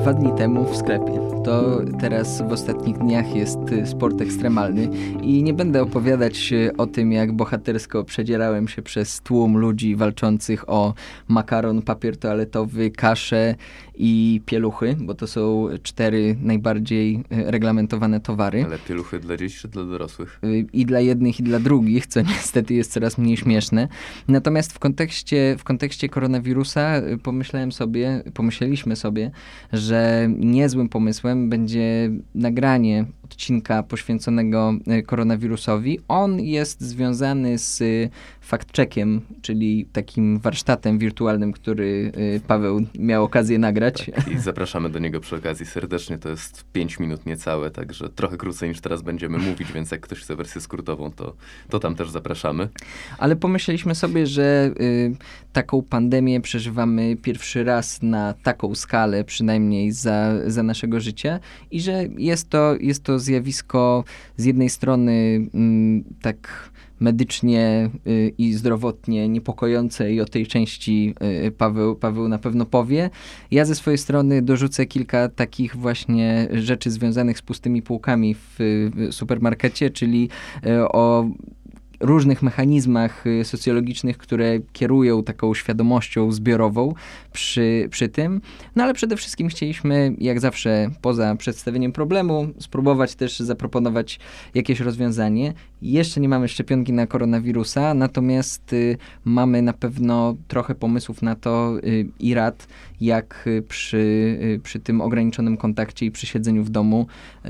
2 dni temu w sklepie. To teraz w ostatnich dniach jest sport ekstremalny i nie będę opowiadać o tym, jak bohatersko przedzierałem się przez tłum ludzi walczących o makaron, papier toaletowy, kaszę i pieluchy, bo to są 4 najbardziej reglamentowane towary. Ale pieluchy dla dzieci czy dla dorosłych? I dla jednych, i dla drugich, co niestety jest coraz mniej śmieszne. Natomiast w kontekście koronawirusa pomyśleliśmy sobie, że niezłym pomysłem będzie nagranie odcinka poświęconego koronawirusowi. On jest związany z fact-checkiem, czyli takim warsztatem wirtualnym, który Paweł miał okazję nagrać. Tak, i zapraszamy do niego przy okazji serdecznie. To jest 5 minut niecałe, także trochę krócej niż teraz będziemy mówić, więc jak ktoś chce wersję skrótową, to tam też zapraszamy. Ale pomyśleliśmy sobie, że taką pandemię przeżywamy pierwszy raz na taką skalę, przynajmniej za naszego życia i że jest to zjawisko z jednej strony tak medycznie i zdrowotnie niepokojące i o tej części Paweł na pewno powie. Ja ze swojej strony dorzucę kilka takich właśnie rzeczy związanych z pustymi półkami w supermarkecie, czyli o różnych mechanizmach socjologicznych, które kierują taką świadomością zbiorową przy tym. No ale przede wszystkim chcieliśmy, jak zawsze, poza przedstawieniem problemu, spróbować też zaproponować jakieś rozwiązanie. Jeszcze nie mamy szczepionki na koronawirusa, natomiast mamy na pewno trochę pomysłów na to i rad, jak przy tym ograniczonym kontakcie i przy siedzeniu w domu,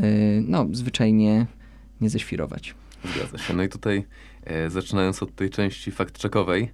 zwyczajnie nie ześwirować. Zgadza się. No i tutaj zaczynając od tej części fact-checkowej,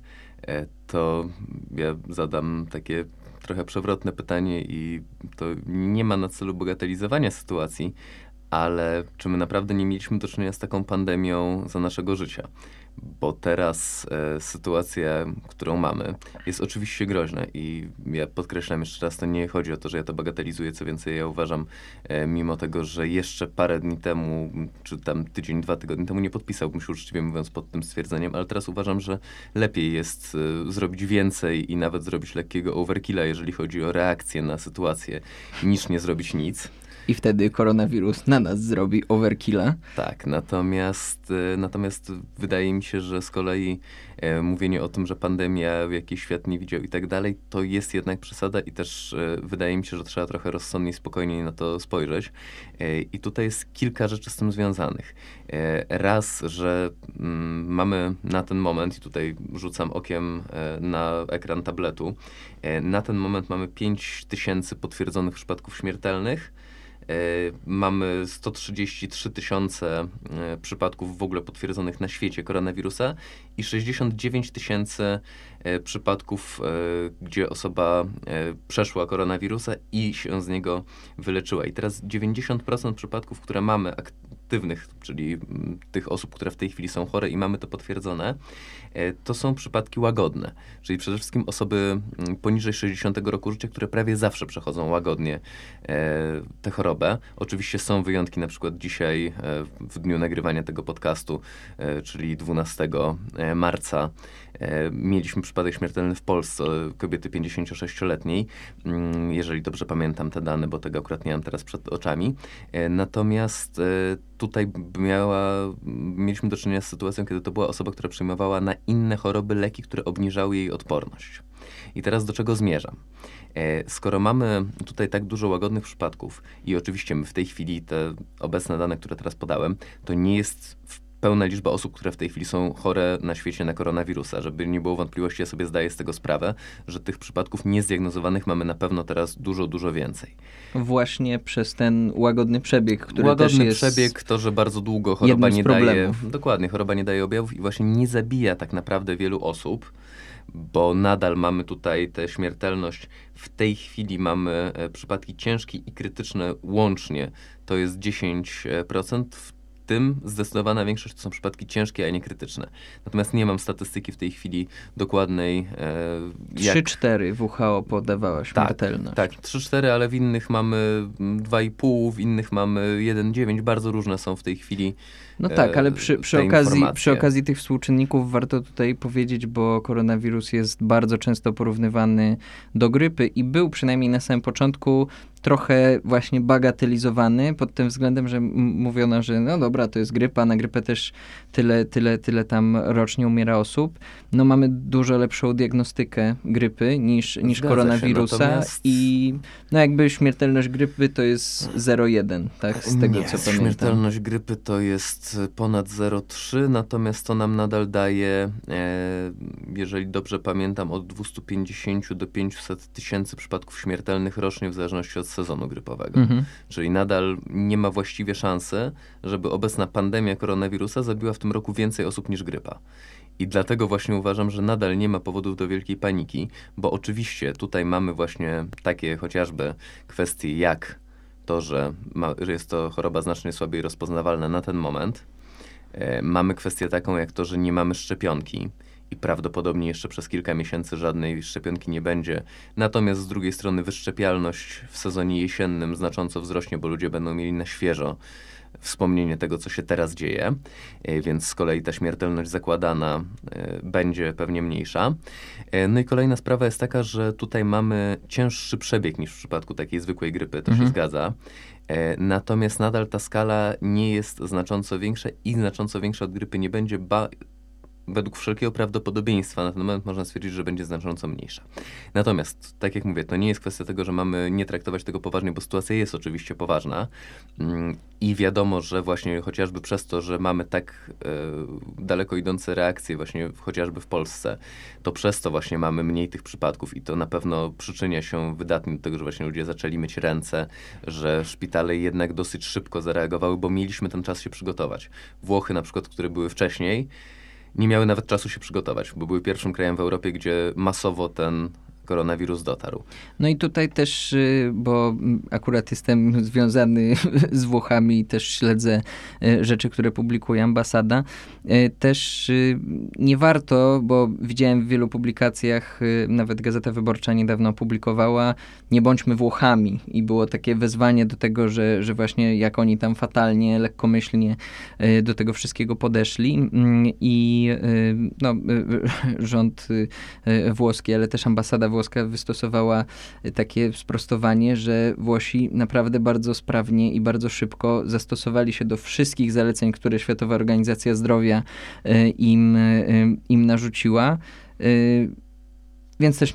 to ja zadam takie trochę przewrotne pytanie i to nie ma na celu bagatelizowania sytuacji, ale czy my naprawdę nie mieliśmy do czynienia z taką pandemią za naszego życia? Bo teraz sytuacja, którą mamy, jest oczywiście groźna i ja podkreślam jeszcze raz, to nie chodzi o to, że ja to bagatelizuję, co więcej ja uważam, mimo tego, że jeszcze parę dni temu, czy tam tydzień, 2 tygodnie temu nie podpisałbym się uczciwie mówiąc pod tym stwierdzeniem, ale teraz uważam, że lepiej jest zrobić więcej i nawet zrobić lekkiego overkilla, jeżeli chodzi o reakcję na sytuację, niż nie zrobić nic. I wtedy koronawirus na nas zrobi overkilla. Tak, natomiast wydaje mi się, że z kolei mówienie o tym, że pandemia jakiś świat nie widział i tak dalej, to jest jednak przesada i też wydaje mi się, że trzeba trochę rozsądniej, spokojniej na to spojrzeć. I tutaj jest kilka rzeczy z tym związanych. Raz, że mamy na ten moment, i tutaj rzucam okiem na ekran tabletu, na ten moment mamy 5000 potwierdzonych przypadków śmiertelnych. Mamy 133 000 przypadków w ogóle potwierdzonych na świecie koronawirusa i 69 000 przypadków, gdzie osoba przeszła koronawirusa i się z niego wyleczyła. I teraz 90% przypadków, które mamy aktywnych, czyli tych osób, które w tej chwili są chore i mamy to potwierdzone, to są przypadki łagodne. Czyli przede wszystkim osoby poniżej 60 roku życia, które prawie zawsze przechodzą łagodnie tę chorobę. Oczywiście są wyjątki, na przykład dzisiaj w dniu nagrywania tego podcastu, czyli 12 marca, mieliśmy przypadek śmiertelny w Polsce kobiety 56-letniej, jeżeli dobrze pamiętam te dane, bo tego akurat nie mam teraz przed oczami. Natomiast tutaj mieliśmy do czynienia z sytuacją, kiedy to była osoba, która przyjmowała na inne choroby leki, które obniżały jej odporność. I teraz do czego zmierzam? Skoro mamy tutaj tak dużo łagodnych przypadków i oczywiście my w tej chwili te obecne dane, które teraz podałem, to nie jest pełna liczba osób, które w tej chwili są chore na świecie na koronawirusa. Żeby nie było wątpliwości, ja sobie zdaję z tego sprawę, że tych przypadków niezdiagnozowanych mamy na pewno teraz dużo, dużo więcej. Właśnie przez ten łagodny przebieg, który łagodny też jest przebieg, to, że bardzo długo choroba nie daje... problemów. Dokładnie, choroba nie daje objawów i właśnie nie zabija tak naprawdę wielu osób, bo nadal mamy tutaj tę śmiertelność. W tej chwili mamy przypadki ciężkie i krytyczne łącznie. To jest 10%. W tym zdecydowana większość to są przypadki ciężkie, a nie krytyczne. Natomiast nie mam statystyki w tej chwili dokładnej. 3-4 WHO podawała śmiertelność. Tak, 3-4, ale w innych mamy 2,5, w innych mamy 1,9. Bardzo różne są w tej chwili. No tak, ale przy okazji tych współczynników warto tutaj powiedzieć, bo koronawirus jest bardzo często porównywany do grypy i był przynajmniej na samym początku trochę właśnie bagatelizowany pod tym względem, że mówiono, że no dobra, to jest grypa, na grypę też tyle tam rocznie umiera osób. No mamy dużo lepszą diagnostykę grypy niż koronawirusa natomiast... i no jakby śmiertelność grypy to jest 0,1, tak? Z tego, co pamiętam. Śmiertelność grypy to jest ponad 0,3, natomiast to nam nadal daje, jeżeli dobrze pamiętam, od 250 do 500 tysięcy przypadków śmiertelnych rocznie w zależności od sezonu grypowego. Czyli nadal nie ma właściwie szansy, żeby obecna pandemia koronawirusa zabiła w tym roku więcej osób niż grypa. I dlatego właśnie uważam, że nadal nie ma powodów do wielkiej paniki, bo oczywiście tutaj mamy właśnie takie chociażby kwestie jak to, że jest to choroba znacznie słabiej rozpoznawalna na ten moment. Mamy kwestię taką jak to, że nie mamy szczepionki i prawdopodobnie jeszcze przez kilka miesięcy żadnej szczepionki nie będzie. Natomiast z drugiej strony wyszczepialność w sezonie jesiennym znacząco wzrośnie, bo ludzie będą mieli na świeżo wspomnienie tego, co się teraz dzieje, więc z kolei ta śmiertelność zakładana będzie pewnie mniejsza. No i kolejna sprawa jest taka, że tutaj mamy cięższy przebieg niż w przypadku takiej zwykłej grypy, to się zgadza. Natomiast nadal ta skala nie jest znacząco większa i znacząco większa od grypy nie będzie, według wszelkiego prawdopodobieństwa na ten moment można stwierdzić, że będzie znacząco mniejsza. Natomiast, tak jak mówię, to nie jest kwestia tego, że mamy nie traktować tego poważnie, bo sytuacja jest oczywiście poważna i wiadomo, że właśnie chociażby przez to, że mamy tak daleko idące reakcje właśnie chociażby w Polsce, to przez to właśnie mamy mniej tych przypadków i to na pewno przyczynia się wydatnie do tego, że właśnie ludzie zaczęli myć ręce, że szpitale jednak dosyć szybko zareagowały, bo mieliśmy ten czas się przygotować. Włochy na przykład, które były wcześniej, nie miały nawet czasu się przygotować, bo były pierwszym krajem w Europie, gdzie masowo ten koronawirus dotarł. No i tutaj też, bo akurat jestem związany z Włochami i też śledzę rzeczy, które publikuje ambasada, też nie warto, bo widziałem w wielu publikacjach, nawet Gazeta Wyborcza niedawno opublikowała, nie bądźmy Włochami i było takie wezwanie do tego, że właśnie jak oni tam fatalnie, lekkomyślnie do tego wszystkiego podeszli i no, rząd włoski, ale też ambasada włoska wystosowała takie sprostowanie, że Włosi naprawdę bardzo sprawnie i bardzo szybko zastosowali się do wszystkich zaleceń, które Światowa Organizacja Zdrowia im narzuciła. Więc też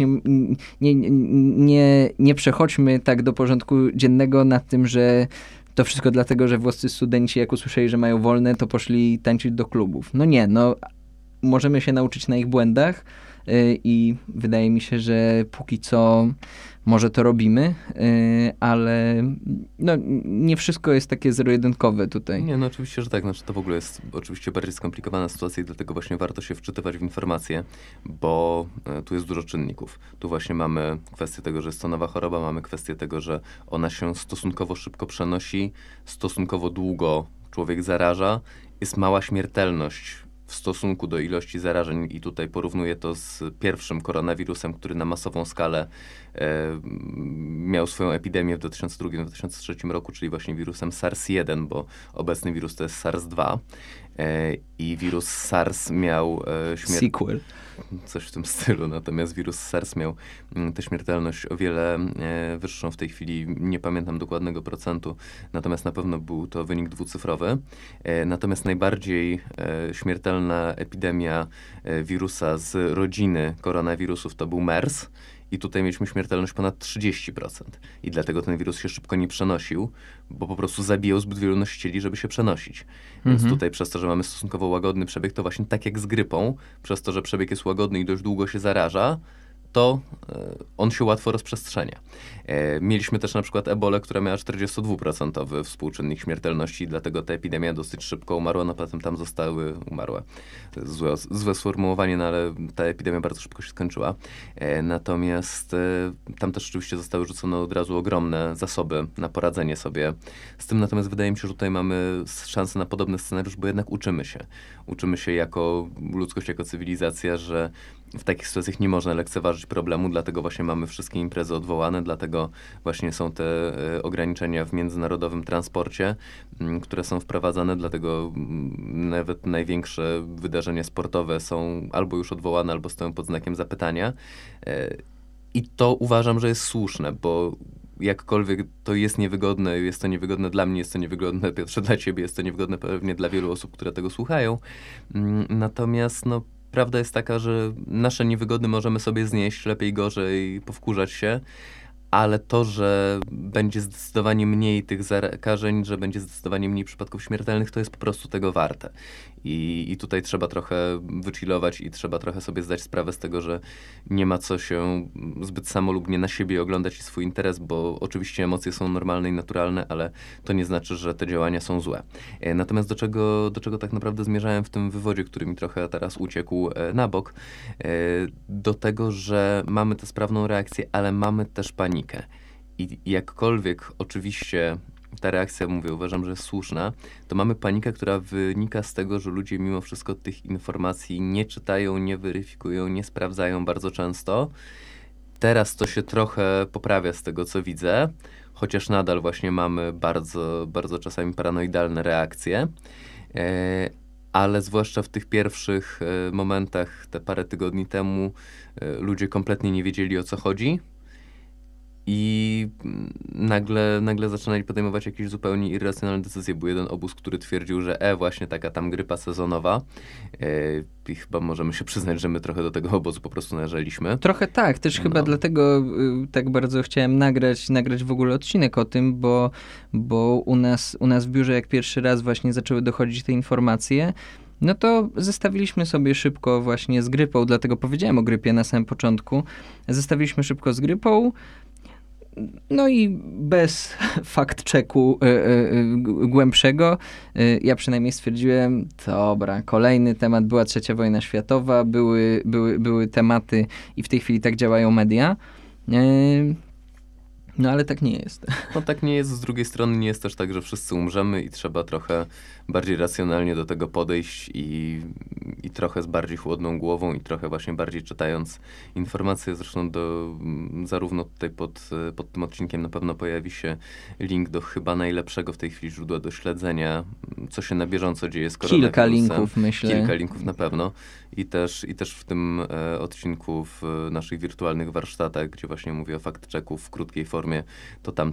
nie przechodźmy tak do porządku dziennego nad tym, że to wszystko dlatego, że włoscy studenci jak usłyszeli, że mają wolne, to poszli tańczyć do klubów. No nie, no możemy się nauczyć na ich błędach, i wydaje mi się, że póki co może to robimy, ale no, nie wszystko jest takie zero-jedynkowe tutaj. Nie, no oczywiście, że tak. Znaczy, to w ogóle jest oczywiście bardziej skomplikowana sytuacja i dlatego właśnie warto się wczytywać w informacje, bo tu jest dużo czynników. Tu właśnie mamy kwestię tego, że jest to nowa choroba, mamy kwestię tego, że ona się stosunkowo szybko przenosi, stosunkowo długo człowiek zaraża, jest mała śmiertelność w stosunku do ilości zarażeń i tutaj porównuję to z pierwszym koronawirusem, który na masową skalę miał swoją epidemię w 2002-2003 roku, czyli właśnie wirusem SARS-1, bo obecny wirus to jest SARS-2 i wirus SARS miał sequel. Coś w tym stylu, natomiast wirus SARS miał tę śmiertelność o wiele wyższą. W tej chwili nie pamiętam dokładnego procentu, natomiast na pewno był to wynik dwucyfrowy. Natomiast najbardziej śmiertelna epidemia wirusa z rodziny koronawirusów to był MERS. I tutaj mieliśmy śmiertelność ponad 30%. I dlatego ten wirus się szybko nie przenosił, bo po prostu zabijał zbyt wielu nosicieli, żeby się przenosić. Więc tutaj przez to, że mamy stosunkowo łagodny przebieg, to właśnie tak jak z grypą, przez to, że przebieg jest łagodny i dość długo się zaraża, to on się łatwo rozprzestrzenia. Mieliśmy też na przykład ebolę, która miała 42% współczynnik śmiertelności, dlatego ta epidemia dosyć szybko umarła, no potem tam umarła. To jest złe sformułowanie, no ale ta epidemia bardzo szybko się skończyła. Natomiast tam też oczywiście zostały rzucone od razu ogromne zasoby na poradzenie sobie z tym, natomiast wydaje mi się, że tutaj mamy szansę na podobny scenariusz, bo jednak uczymy się. Uczymy się jako ludzkość, jako cywilizacja, że w takich sytuacjach nie można lekceważyć problemu, dlatego właśnie mamy wszystkie imprezy odwołane, dlatego właśnie są te ograniczenia w międzynarodowym transporcie, które są wprowadzane, dlatego nawet największe wydarzenia sportowe są albo już odwołane, albo stoją pod znakiem zapytania. I to uważam, że jest słuszne, bo jakkolwiek to jest niewygodne, jest to niewygodne dla mnie, jest to niewygodne, Piotrze, dla ciebie, jest to niewygodne pewnie dla wielu osób, które tego słuchają. Natomiast no, prawda jest taka, że nasze niewygody możemy sobie znieść, lepiej, gorzej, powkurzać się, ale to, że będzie zdecydowanie mniej tych zakażeń, że będzie zdecydowanie mniej przypadków śmiertelnych, to jest po prostu tego warte. I tutaj trzeba trochę wychillować i trzeba trochę sobie zdać sprawę z tego, że nie ma co się zbyt samolubnie na siebie oglądać i swój interes, bo oczywiście emocje są normalne i naturalne, ale to nie znaczy, że te działania są złe. Natomiast do czego tak naprawdę zmierzałem w tym wywodzie, który mi trochę teraz uciekł na bok, do tego, że mamy tę sprawną reakcję, ale mamy też panikę. I jakkolwiek oczywiście ta reakcja, uważam, że jest słuszna, to mamy panikę, która wynika z tego, że ludzie mimo wszystko tych informacji nie czytają, nie weryfikują, nie sprawdzają bardzo często. Teraz to się trochę poprawia z tego, co widzę, chociaż nadal właśnie mamy bardzo, bardzo czasami paranoidalne reakcje. Ale zwłaszcza w tych pierwszych momentach, te parę tygodni temu, ludzie kompletnie nie wiedzieli, o co chodzi. I nagle zaczynali podejmować jakieś zupełnie irracjonalne decyzje. Był jeden obóz, który twierdził, że właśnie taka tam grypa sezonowa. I chyba możemy się przyznać, że my trochę do tego obozu po prostu należeliśmy. Trochę tak, też chyba dlatego tak bardzo chciałem nagrać w ogóle odcinek o tym, bo u nas w biurze, jak pierwszy raz właśnie zaczęły dochodzić te informacje, no to zestawiliśmy sobie szybko właśnie z grypą, dlatego powiedziałem o grypie na samym początku. Zestawiliśmy szybko z grypą, no i bez fact-checku głębszego, ja przynajmniej stwierdziłem, dobra, kolejny temat, była III wojna światowa, były tematy i w tej chwili tak działają media. No ale tak nie jest. No tak nie jest, z drugiej strony nie jest też tak, że wszyscy umrzemy i trzeba trochę bardziej racjonalnie do tego podejść i trochę z bardziej chłodną głową i trochę właśnie bardziej czytając informacje. Zresztą zarówno tutaj pod tym odcinkiem na pewno pojawi się link do chyba najlepszego w tej chwili źródła do śledzenia, co się na bieżąco dzieje z koronawirusem. Kilka linków, myślę. Kilka linków na pewno. I też w tym odcinku w naszych wirtualnych warsztatach, gdzie właśnie mówię o fact-checku w krótkiej formie, to tam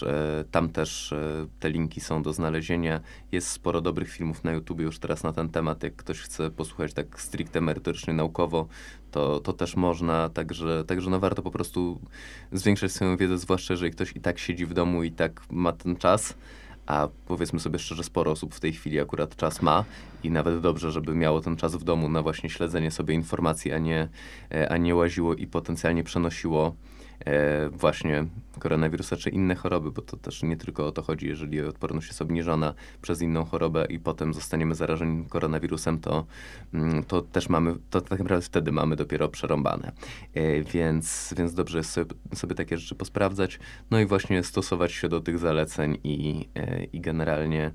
też te linki są do znalezienia. Jest sporo dobrych filmów na YouTubie już teraz na ten temat. Jak ktoś chce posłuchać tak stricte merytorycznie, naukowo, to też można. Także no warto po prostu zwiększać swoją wiedzę, zwłaszcza jeżeli ktoś i tak siedzi w domu i tak ma ten czas. A powiedzmy sobie szczerze, sporo osób w tej chwili akurat czas ma i nawet dobrze, żeby miało ten czas w domu na właśnie śledzenie sobie informacji, a nie łaziło i potencjalnie przenosiło właśnie koronawirusa czy inne choroby, bo to też nie tylko o to chodzi. Jeżeli odporność jest obniżona przez inną chorobę i potem zostaniemy zarażeni koronawirusem, to też to tak naprawdę wtedy mamy dopiero przerąbane. Więc dobrze jest sobie takie rzeczy posprawdzać, no i właśnie stosować się do tych zaleceń i generalnie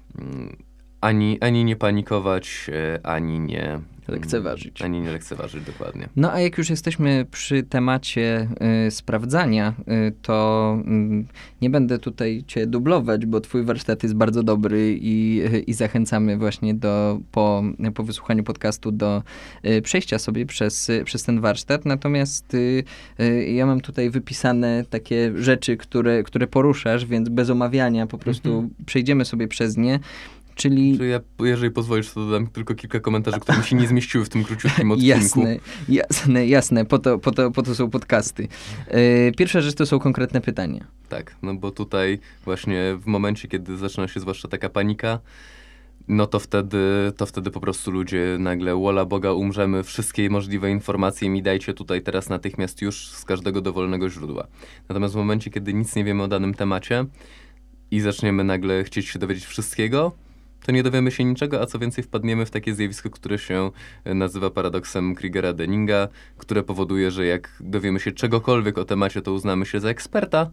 ani nie panikować, ani nie lekceważyć. Ani nie lekceważyć, dokładnie. No a jak już jesteśmy przy temacie sprawdzania, to nie będę tutaj cię dublować, bo twój warsztat jest bardzo dobry i zachęcamy właśnie po wysłuchaniu podcastu do przejścia sobie przez ten warsztat. Natomiast ja mam tutaj wypisane takie rzeczy, które poruszasz, więc bez omawiania po prostu przejdziemy sobie przez nie. Czyli ja, jeżeli pozwolisz, to dodam tylko kilka komentarzy, które mi się nie zmieściły w tym króciutkim odcinku. Jasne. Po to są podcasty. Pierwsza rzecz to są konkretne pytania. Tak, no bo tutaj właśnie w momencie, kiedy zaczyna się zwłaszcza taka panika, no to wtedy po prostu ludzie nagle, wola Boga, umrzemy, wszystkie możliwe informacje mi dajcie tutaj teraz natychmiast już z każdego dowolnego źródła. Natomiast w momencie, kiedy nic nie wiemy o danym temacie i zaczniemy nagle chcieć się dowiedzieć wszystkiego, to nie dowiemy się niczego, a co więcej wpadniemy w takie zjawisko, które się nazywa paradoksem Krigera-Denninga, które powoduje, że jak dowiemy się czegokolwiek o temacie, to uznamy się za eksperta.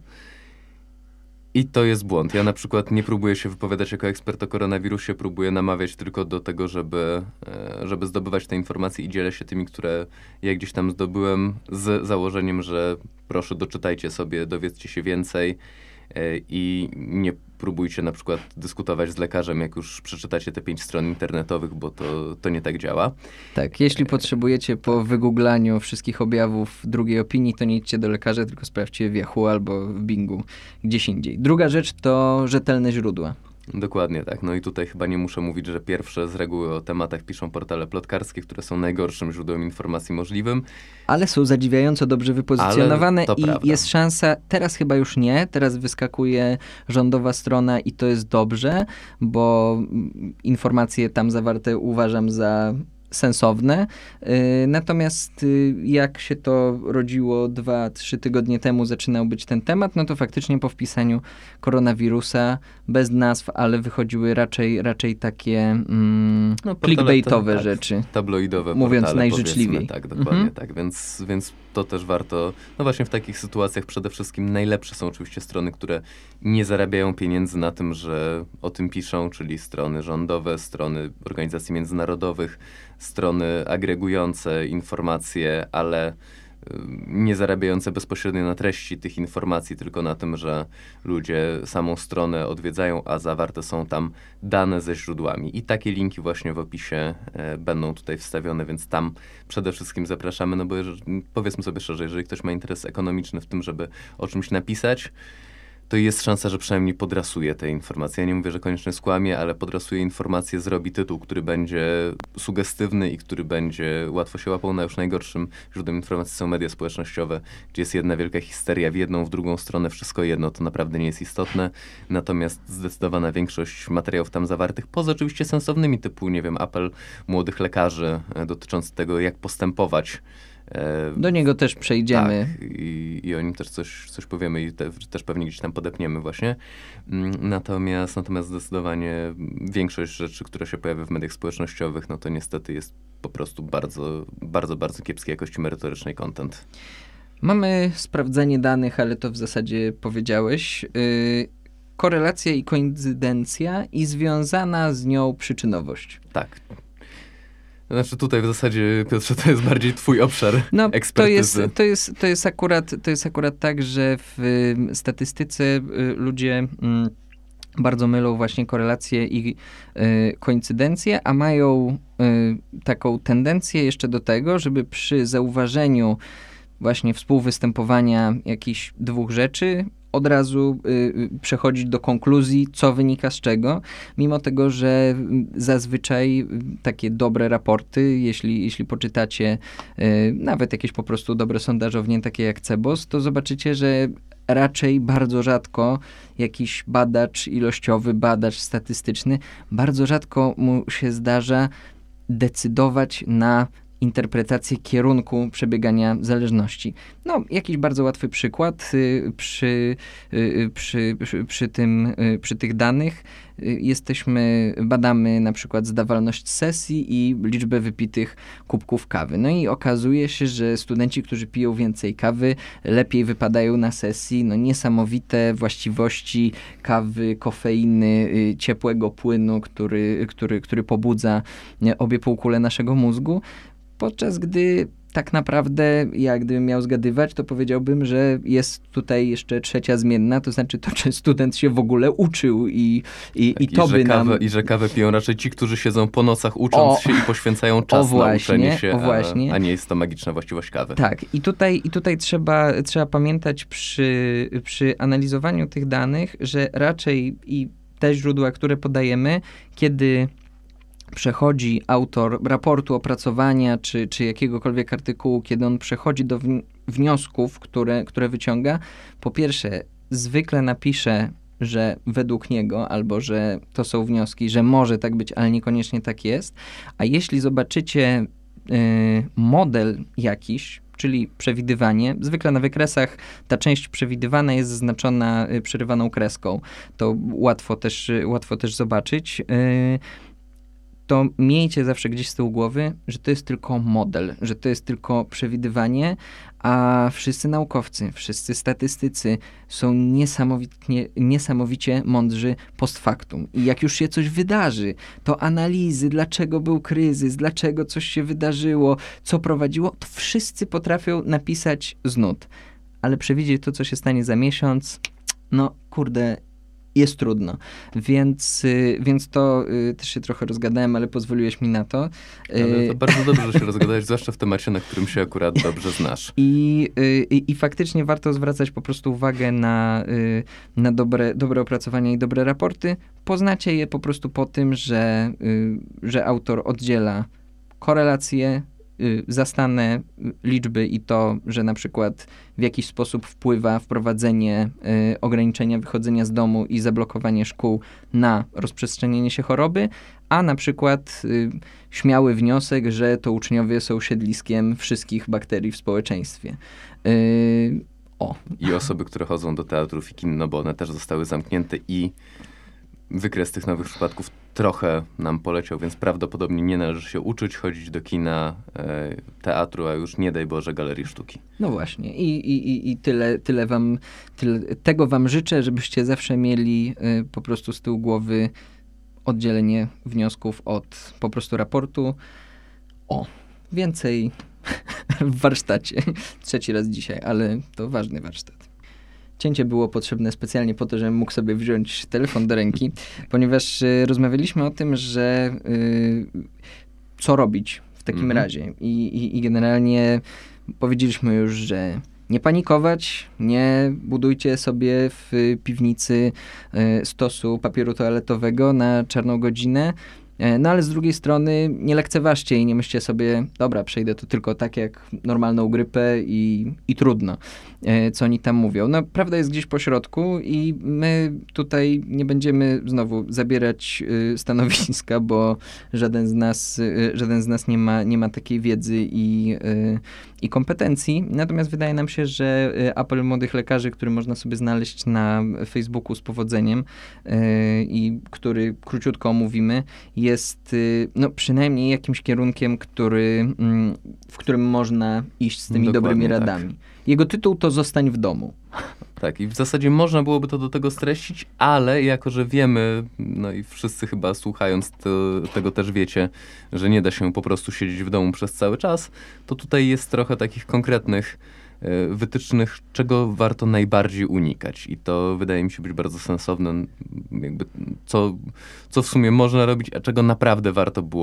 I to jest błąd. Ja na przykład nie próbuję się wypowiadać jako ekspert o koronawirusie, próbuję namawiać tylko do tego, żeby zdobywać te informacje i dzielę się tymi, które ja gdzieś tam zdobyłem, z założeniem, że proszę doczytajcie sobie, dowiedzcie się więcej i nie próbujcie na przykład dyskutować z lekarzem, jak już przeczytacie te 5 stron internetowych, bo to nie tak działa. Tak, jeśli potrzebujecie po wygooglaniu wszystkich objawów drugiej opinii, to nie idźcie do lekarza, tylko sprawdźcie w Yahoo albo w Bingu, gdzieś indziej. Druga rzecz to rzetelne źródła. Dokładnie tak. No i tutaj chyba nie muszę mówić, że pierwsze z reguły o tematach piszą portale plotkarskie, które są najgorszym źródłem informacji możliwym. Ale są zadziwiająco dobrze wypozycjonowane i prawda. jest szansa, teraz chyba już nie, teraz wyskakuje rządowa strona i to jest dobrze, bo informacje tam zawarte uważam za sensowne. Natomiast jak się to rodziło 2-3 tygodnie temu zaczynał być ten temat, no to faktycznie po wpisaniu koronawirusa bez nazw, ale wychodziły raczej takie clickbaitowe tak, rzeczy. Tabloidowe mówiąc portale, najżyczliwiej. Tak, dokładnie tak. Więc to też warto, no właśnie w takich sytuacjach przede wszystkim najlepsze są oczywiście strony, które nie zarabiają pieniędzy na tym, że o tym piszą, czyli strony rządowe, strony organizacji międzynarodowych, strony agregujące informacje, ale nie zarabiające bezpośrednio na treści tych informacji, tylko na tym, że ludzie samą stronę odwiedzają, a zawarte są tam dane ze źródłami. I takie linki właśnie w opisie będą tutaj wstawione, więc tam przede wszystkim zapraszamy, no bo powiedzmy sobie szczerze, jeżeli ktoś ma interes ekonomiczny w tym, żeby o czymś napisać, to jest szansa, że przynajmniej podrasuje te informacje. Ja nie mówię, że koniecznie skłamie, ale podrasuje informacje, zrobi tytuł, który będzie sugestywny i który będzie łatwo się łapał. Na już najgorszym źródłem informacji są media społecznościowe, gdzie jest jedna wielka histeria w jedną, w drugą stronę, wszystko jedno, to naprawdę nie jest istotne. Natomiast zdecydowana większość materiałów tam zawartych, poza oczywiście sensownymi, typu, nie wiem, apel młodych lekarzy dotyczący tego, jak postępować. Do niego też przejdziemy. Tak, i o nim też coś powiemy i też pewnie gdzieś tam podepniemy właśnie. Natomiast zdecydowanie większość rzeczy, które się pojawia w mediach społecznościowych, no to niestety jest po prostu bardzo, bardzo, bardzo kiepskiej jakości merytorycznej content. Mamy sprawdzenie danych, ale to w zasadzie powiedziałeś. Korelacja i koincydencja i związana z nią przyczynowość. Tak. Znaczy tutaj w zasadzie, Piotrze, to jest bardziej twój obszar ekspertyzy. To jest akurat tak, że w statystyce ludzie bardzo mylą właśnie korelacje i koincydencje, a mają taką tendencję jeszcze do tego, żeby przy zauważeniu właśnie współwystępowania jakichś dwóch rzeczy od razu przechodzić do konkluzji, co wynika z czego, mimo tego, że zazwyczaj takie dobre raporty, jeśli poczytacie nawet jakieś po prostu dobre sondażownie, takie jak CEBOS, to zobaczycie, że raczej bardzo rzadko jakiś badacz ilościowy, badacz statystyczny, bardzo rzadko mu się zdarza decydować na interpretację kierunku przebiegania zależności. No, jakiś bardzo łatwy przykład przy tych danych. Badamy na przykład zdawalność sesji i liczbę wypitych kubków kawy. No i okazuje się, że studenci, którzy piją więcej kawy, lepiej wypadają na sesji. No, niesamowite właściwości kawy, kofeiny, ciepłego płynu, który pobudza obie półkule naszego mózgu. Podczas gdy tak naprawdę, ja gdybym miał zgadywać, to powiedziałbym, że jest tutaj jeszcze trzecia zmienna, to znaczy to, czy student się w ogóle uczył i to by nam... I że kawę piją raczej ci, którzy siedzą po nocach ucząc się i poświęcają czas na uczenie się, a nie jest to magiczna właściwość kawy. Tak, i tutaj trzeba pamiętać przy analizowaniu tych danych, że raczej i te źródła, które podajemy, kiedy przechodzi autor raportu, opracowania czy jakiegokolwiek artykułu, kiedy on przechodzi do wniosków, które wyciąga, po pierwsze zwykle napisze, że według niego, albo że to są wnioski, że może tak być, ale niekoniecznie tak jest. A jeśli zobaczycie model jakiś, czyli przewidywanie, zwykle na wykresach ta część przewidywana jest zaznaczona przerywaną kreską. To łatwo też zobaczyć. To miejcie zawsze gdzieś z tyłu głowy, że to jest tylko model, że to jest tylko przewidywanie, a wszyscy naukowcy, wszyscy statystycy są niesamowicie mądrzy post factum. I jak już się coś wydarzy, to analizy, dlaczego był kryzys, dlaczego coś się wydarzyło, co prowadziło, to wszyscy potrafią napisać z nut. Ale przewidzieć to, co się stanie za miesiąc, no kurde, jest trudno. Więc to też się trochę rozgadałem, ale pozwoliłeś mi na to. Ale to bardzo dobrze, że się rozgadałeś, zwłaszcza w temacie, na którym się akurat dobrze znasz. I faktycznie warto zwracać po prostu uwagę na dobre opracowania i dobre raporty. Poznacie je po prostu po tym, że autor oddziela korelacje, zastane liczby i to, że na przykład w jakiś sposób wpływa wprowadzenie ograniczenia wychodzenia z domu i zablokowanie szkół na rozprzestrzenienie się choroby, a na przykład śmiały wniosek, że to uczniowie są siedliskiem wszystkich bakterii w społeczeństwie. I osoby, które chodzą do teatrów i kin, no bo one też zostały zamknięte i wykres tych nowych przypadków trochę nam poleciał, więc prawdopodobnie nie należy się uczyć, chodzić do kina, teatru, a już nie daj Boże galerii sztuki. No właśnie. I tego wam życzę, żebyście zawsze mieli po prostu z tyłu głowy oddzielenie wniosków od po prostu raportu. Więcej w warsztacie. 3. raz dzisiaj, ale to ważny warsztat. Cięcie było potrzebne specjalnie po to, żebym mógł sobie wziąć telefon do ręki, ponieważ rozmawialiśmy o tym, że co robić w takim razie. I generalnie powiedzieliśmy już, że nie panikować, nie budujcie sobie w piwnicy stosu papieru toaletowego na czarną godzinę. No ale z drugiej strony nie lekceważcie i nie myślcie sobie, dobra, przejdę to tylko tak jak normalną grypę i trudno, co oni tam mówią. No prawda jest gdzieś po środku i my tutaj nie będziemy znowu zabierać stanowiska, bo żaden z nas nie ma takiej wiedzy i kompetencji. Natomiast wydaje nam się, że apel młodych lekarzy, który można sobie znaleźć na Facebooku z powodzeniem i który króciutko omówimy, jest no, przynajmniej jakimś kierunkiem, w którym można iść z tymi Dokładnie dobrymi tak. radami. Jego tytuł to Zostań w domu. Tak, i w zasadzie można byłoby to do tego streścić, ale jako, że wiemy, no i wszyscy chyba słuchając tego też wiecie, że nie da się po prostu siedzieć w domu przez cały czas, to tutaj jest trochę takich konkretnych wytycznych, czego warto najbardziej unikać. I to wydaje mi się być bardzo sensowne, jakby co w sumie można robić, a czego naprawdę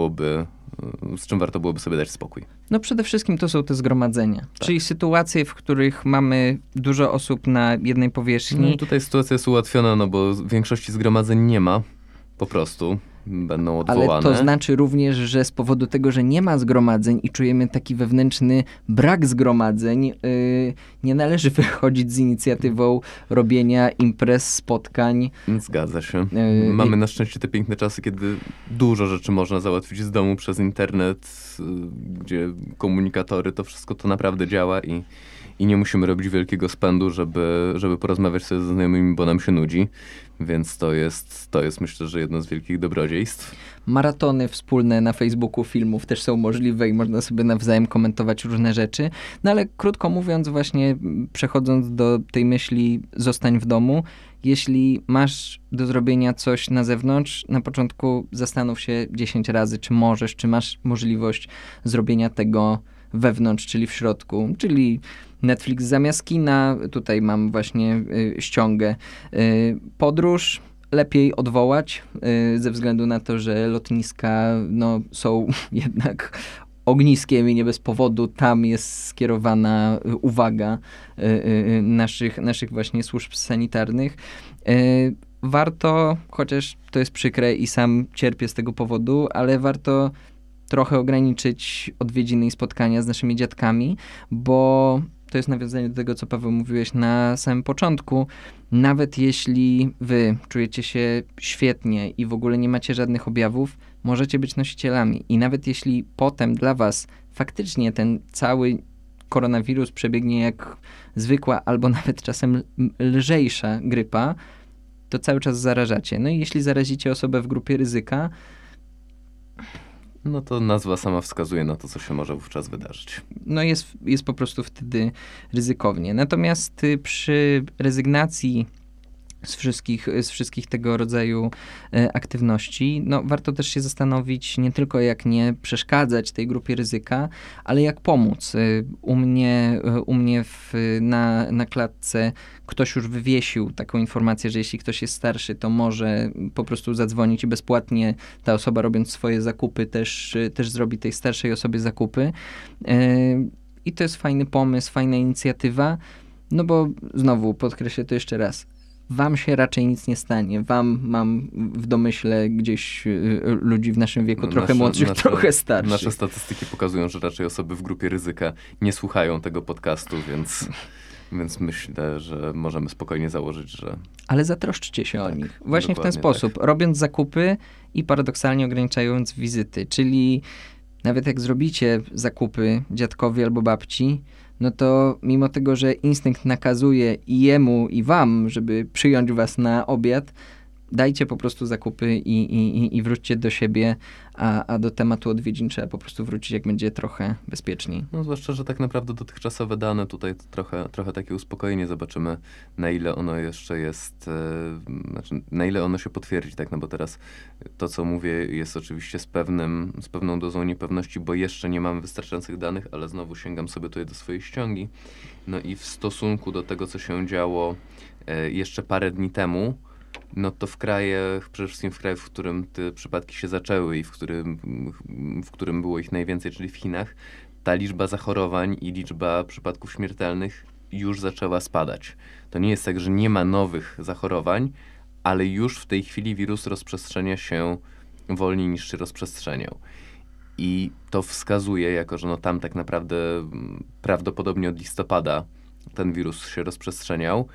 z czym warto byłoby sobie dać spokój. No przede wszystkim to są te zgromadzenia, czyli sytuacje, w których mamy dużo osób na jednej powierzchni. No tutaj sytuacja jest ułatwiona, no bo większości zgromadzeń nie ma, po prostu będą odwołane. Ale to znaczy również, że z powodu tego, że nie ma zgromadzeń i czujemy taki wewnętrzny brak zgromadzeń, nie należy wychodzić z inicjatywą robienia imprez, spotkań. Zgadza się. Mamy na szczęście te piękne czasy, kiedy dużo rzeczy można załatwić z domu przez internet, gdzie komunikatory, to wszystko to naprawdę działa i nie musimy robić wielkiego spędu, żeby porozmawiać sobie ze znajomymi, bo nam się nudzi. Więc to jest myślę, że jedno z wielkich dobrodziejstw. Maratony wspólne na Facebooku filmów też są możliwe i można sobie nawzajem komentować różne rzeczy. No ale krótko mówiąc, właśnie przechodząc do tej myśli zostań w domu, jeśli masz do zrobienia coś na zewnątrz, na początku zastanów się 10 razy, czy masz możliwość zrobienia tego wewnątrz, czyli w środku, czyli Netflix zamiast kina, tutaj mam właśnie ściągę. Podróż lepiej odwołać, ze względu na to, że lotniska no, są jednak ogniskiem i nie bez powodu tam jest skierowana uwaga naszych właśnie służb sanitarnych. Warto, chociaż to jest przykre i sam cierpię z tego powodu, ale warto trochę ograniczyć odwiedziny i spotkania z naszymi dziadkami, bo to jest nawiązanie do tego, co Paweł mówiłeś na samym początku. Nawet jeśli wy czujecie się świetnie i w ogóle nie macie żadnych objawów, możecie być nosicielami. I nawet jeśli potem dla was faktycznie ten cały koronawirus przebiegnie jak zwykła albo nawet czasem lżejsza grypa, to cały czas zarażacie. No i jeśli zarazicie osobę w grupie ryzyka, no to nazwa sama wskazuje na to, co się może wówczas wydarzyć. No jest po prostu wtedy ryzykownie. Natomiast przy rezygnacji z wszystkich tego rodzaju aktywności. No, warto też się zastanowić nie tylko jak nie przeszkadzać tej grupie ryzyka, ale jak pomóc. U mnie na klatce ktoś już wywiesił taką informację, że jeśli ktoś jest starszy, to może po prostu zadzwonić i bezpłatnie ta osoba, robiąc swoje zakupy, też zrobi tej starszej osobie zakupy. I to jest fajny pomysł, fajna inicjatywa, no bo znowu podkreślę to jeszcze raz. Wam się raczej nic nie stanie. Mam w domyśle gdzieś ludzi w naszym wieku, trochę młodszych, trochę starszych. Nasze statystyki pokazują, że raczej osoby w grupie ryzyka nie słuchają tego podcastu, więc myślę, że możemy spokojnie założyć, że... Ale zatroszczcie się o nich. Właśnie w ten tak. sposób. Robiąc zakupy i paradoksalnie ograniczając wizyty. Czyli nawet jak zrobicie zakupy dziadkowi albo babci, no to mimo tego, że instynkt nakazuje i jemu, i wam, żeby przyjąć was na obiad, dajcie po prostu zakupy i wróćcie do siebie, a do tematu odwiedzin trzeba po prostu wrócić, jak będzie trochę bezpieczniej. No zwłaszcza, że tak naprawdę dotychczasowe dane tutaj trochę takie uspokojenie. Zobaczymy, na ile ono jeszcze jest, na ile ono się potwierdzi, tak, no bo teraz to, co mówię, jest oczywiście z pewną dozą niepewności, bo jeszcze nie mamy wystarczających danych, ale znowu sięgam sobie tutaj do swojej ściągi. No i w stosunku do tego, co się działo jeszcze parę dni temu, no to przede wszystkim w krajach, w którym te przypadki się zaczęły i w którym było ich najwięcej, czyli w Chinach, ta liczba zachorowań i liczba przypadków śmiertelnych już zaczęła spadać. To nie jest tak, że nie ma nowych zachorowań, ale już w tej chwili wirus rozprzestrzenia się wolniej niż się rozprzestrzeniał. I to wskazuje, jako że no tam tak naprawdę prawdopodobnie od listopada ten wirus się rozprzestrzeniał,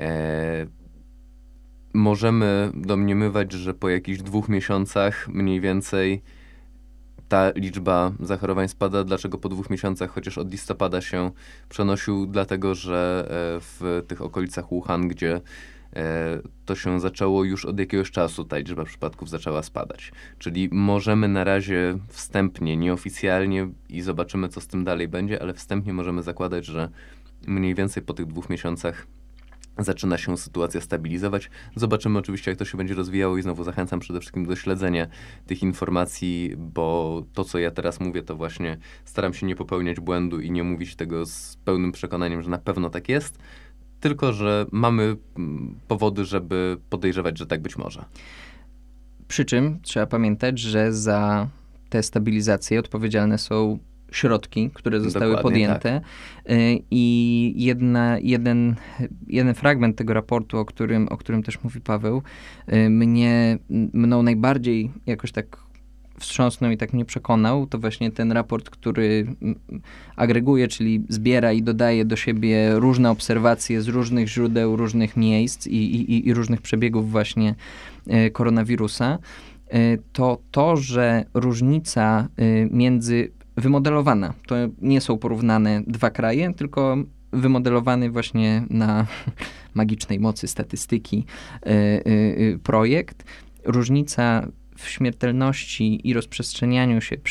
możemy domniemywać, że po jakichś 2 miesiącach mniej więcej ta liczba zachorowań spada. Dlaczego po 2 miesiącach? Chociaż od listopada się przenosił, dlatego że w tych okolicach Wuhan, gdzie to się zaczęło już od jakiegoś czasu, ta liczba przypadków zaczęła spadać. Czyli możemy na razie wstępnie, nieoficjalnie i zobaczymy, co z tym dalej będzie, ale wstępnie możemy zakładać, że mniej więcej po tych 2 miesiącach zaczyna się sytuacja stabilizować. Zobaczymy oczywiście, jak to się będzie rozwijało i znowu zachęcam przede wszystkim do śledzenia tych informacji, bo to, co ja teraz mówię, to właśnie staram się nie popełniać błędu i nie mówić tego z pełnym przekonaniem, że na pewno tak jest, tylko że mamy powody, żeby podejrzewać, że tak być może. Przy czym trzeba pamiętać, że za tę stabilizację odpowiedzialne są środki, które zostały podjęte. Tak. I jeden fragment tego raportu, o którym też mówi Paweł, mną najbardziej jakoś tak wstrząsnął i tak mnie przekonał, to właśnie ten raport, który agreguje, czyli zbiera i dodaje do siebie różne obserwacje z różnych źródeł, różnych miejsc i różnych przebiegów właśnie koronawirusa. To, że różnica wymodelowana. To nie są porównane 2 kraje, tylko wymodelowany właśnie na magicznej mocy statystyki projekt. Różnica w śmiertelności i rozprzestrzenianiu się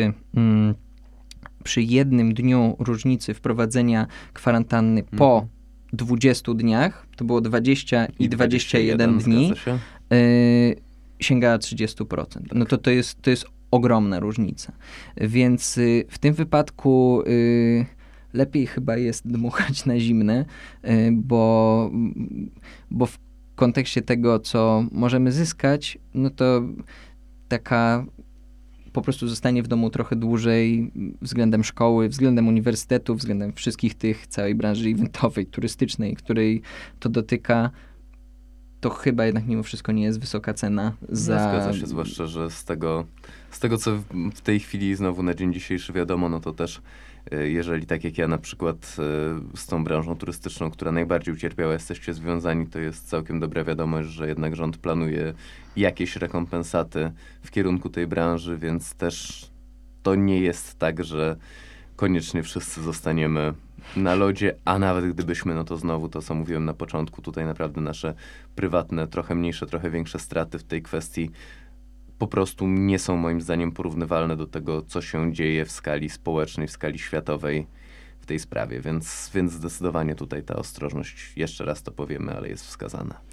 przy jednym dniu różnicy wprowadzenia kwarantanny po 20 dniach, to było 20 i 21 dni, sięgała 30%. No to jest ogromna różnica. Więc w tym wypadku lepiej chyba jest dmuchać na zimne, bo w kontekście tego, co możemy zyskać, no to taka po prostu zostanie w domu trochę dłużej względem szkoły, względem uniwersytetu, względem wszystkich tych, całej branży eventowej, turystycznej, której to dotyka. To chyba jednak mimo wszystko nie jest wysoka cena za... Zgadza się, zwłaszcza, że z tego, co w tej chwili znowu na dzień dzisiejszy wiadomo, no to też jeżeli tak jak ja na przykład z tą branżą turystyczną, która najbardziej ucierpiała, jesteście związani, to jest całkiem dobra wiadomość, że jednak rząd planuje jakieś rekompensaty w kierunku tej branży, więc też to nie jest tak, że koniecznie wszyscy zostaniemy na lodzie, a nawet gdybyśmy, no to znowu to, co mówiłem na początku, tutaj naprawdę nasze prywatne, trochę mniejsze, trochę większe straty w tej kwestii po prostu nie są moim zdaniem porównywalne do tego, co się dzieje w skali społecznej, w skali światowej w tej sprawie, więc zdecydowanie tutaj ta ostrożność, jeszcze raz to powiemy, ale jest wskazana.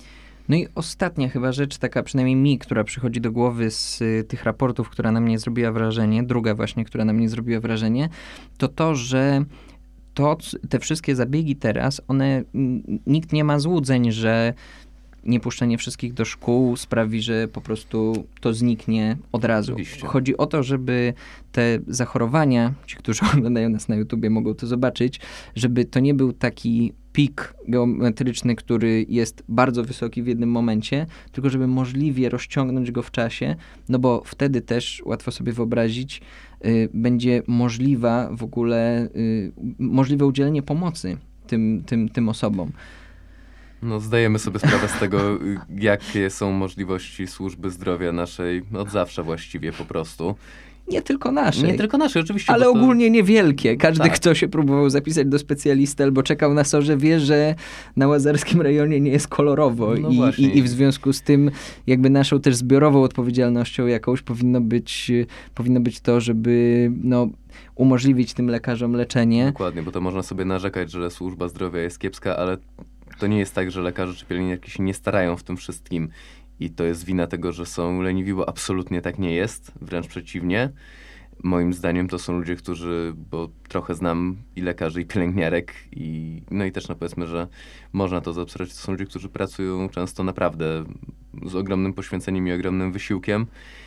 No i ostatnia chyba rzecz, taka przynajmniej mi, która przychodzi do głowy z tych raportów, która na mnie zrobiła wrażenie, druga właśnie, która na mnie zrobiła wrażenie, to to, że te wszystkie zabiegi teraz, nikt nie ma złudzeń, że niepuszczenie wszystkich do szkół sprawi, że po prostu to zniknie od razu. Oczywiście. Chodzi o to, żeby te zachorowania, ci, którzy oglądają nas na YouTubie, mogą to zobaczyć, żeby to nie był taki pik geometryczny, który jest bardzo wysoki w jednym momencie, tylko żeby możliwie rozciągnąć go w czasie, no bo wtedy też, łatwo sobie wyobrazić, będzie możliwe udzielenie pomocy tym osobom. No, zdajemy sobie sprawę z tego, jakie są możliwości służby zdrowia naszej od zawsze właściwie po prostu. Nie tylko naszej. Nie tylko naszej, oczywiście. Ale ogólnie niewielkie. Każdy, Tak. kto się próbował zapisać do specjalisty albo czekał na SOR-ze, wie, że na łazarskim rejonie nie jest kolorowo. No I w związku z tym jakby naszą też zbiorową odpowiedzialnością jakąś powinno być to, żeby umożliwić tym lekarzom leczenie. Dokładnie, bo to można sobie narzekać, że służba zdrowia jest kiepska, ale to nie jest tak, że lekarze czy pielęgniarki się nie starają w tym wszystkim i to jest wina tego, że są leniwi, bo absolutnie tak nie jest, wręcz przeciwnie. Moim zdaniem to są ludzie, bo trochę znam i lekarzy, i pielęgniarek, i też powiedzmy, że można to zaobserwować, to są ludzie, którzy pracują często naprawdę z ogromnym poświęceniem i ogromnym wysiłkiem.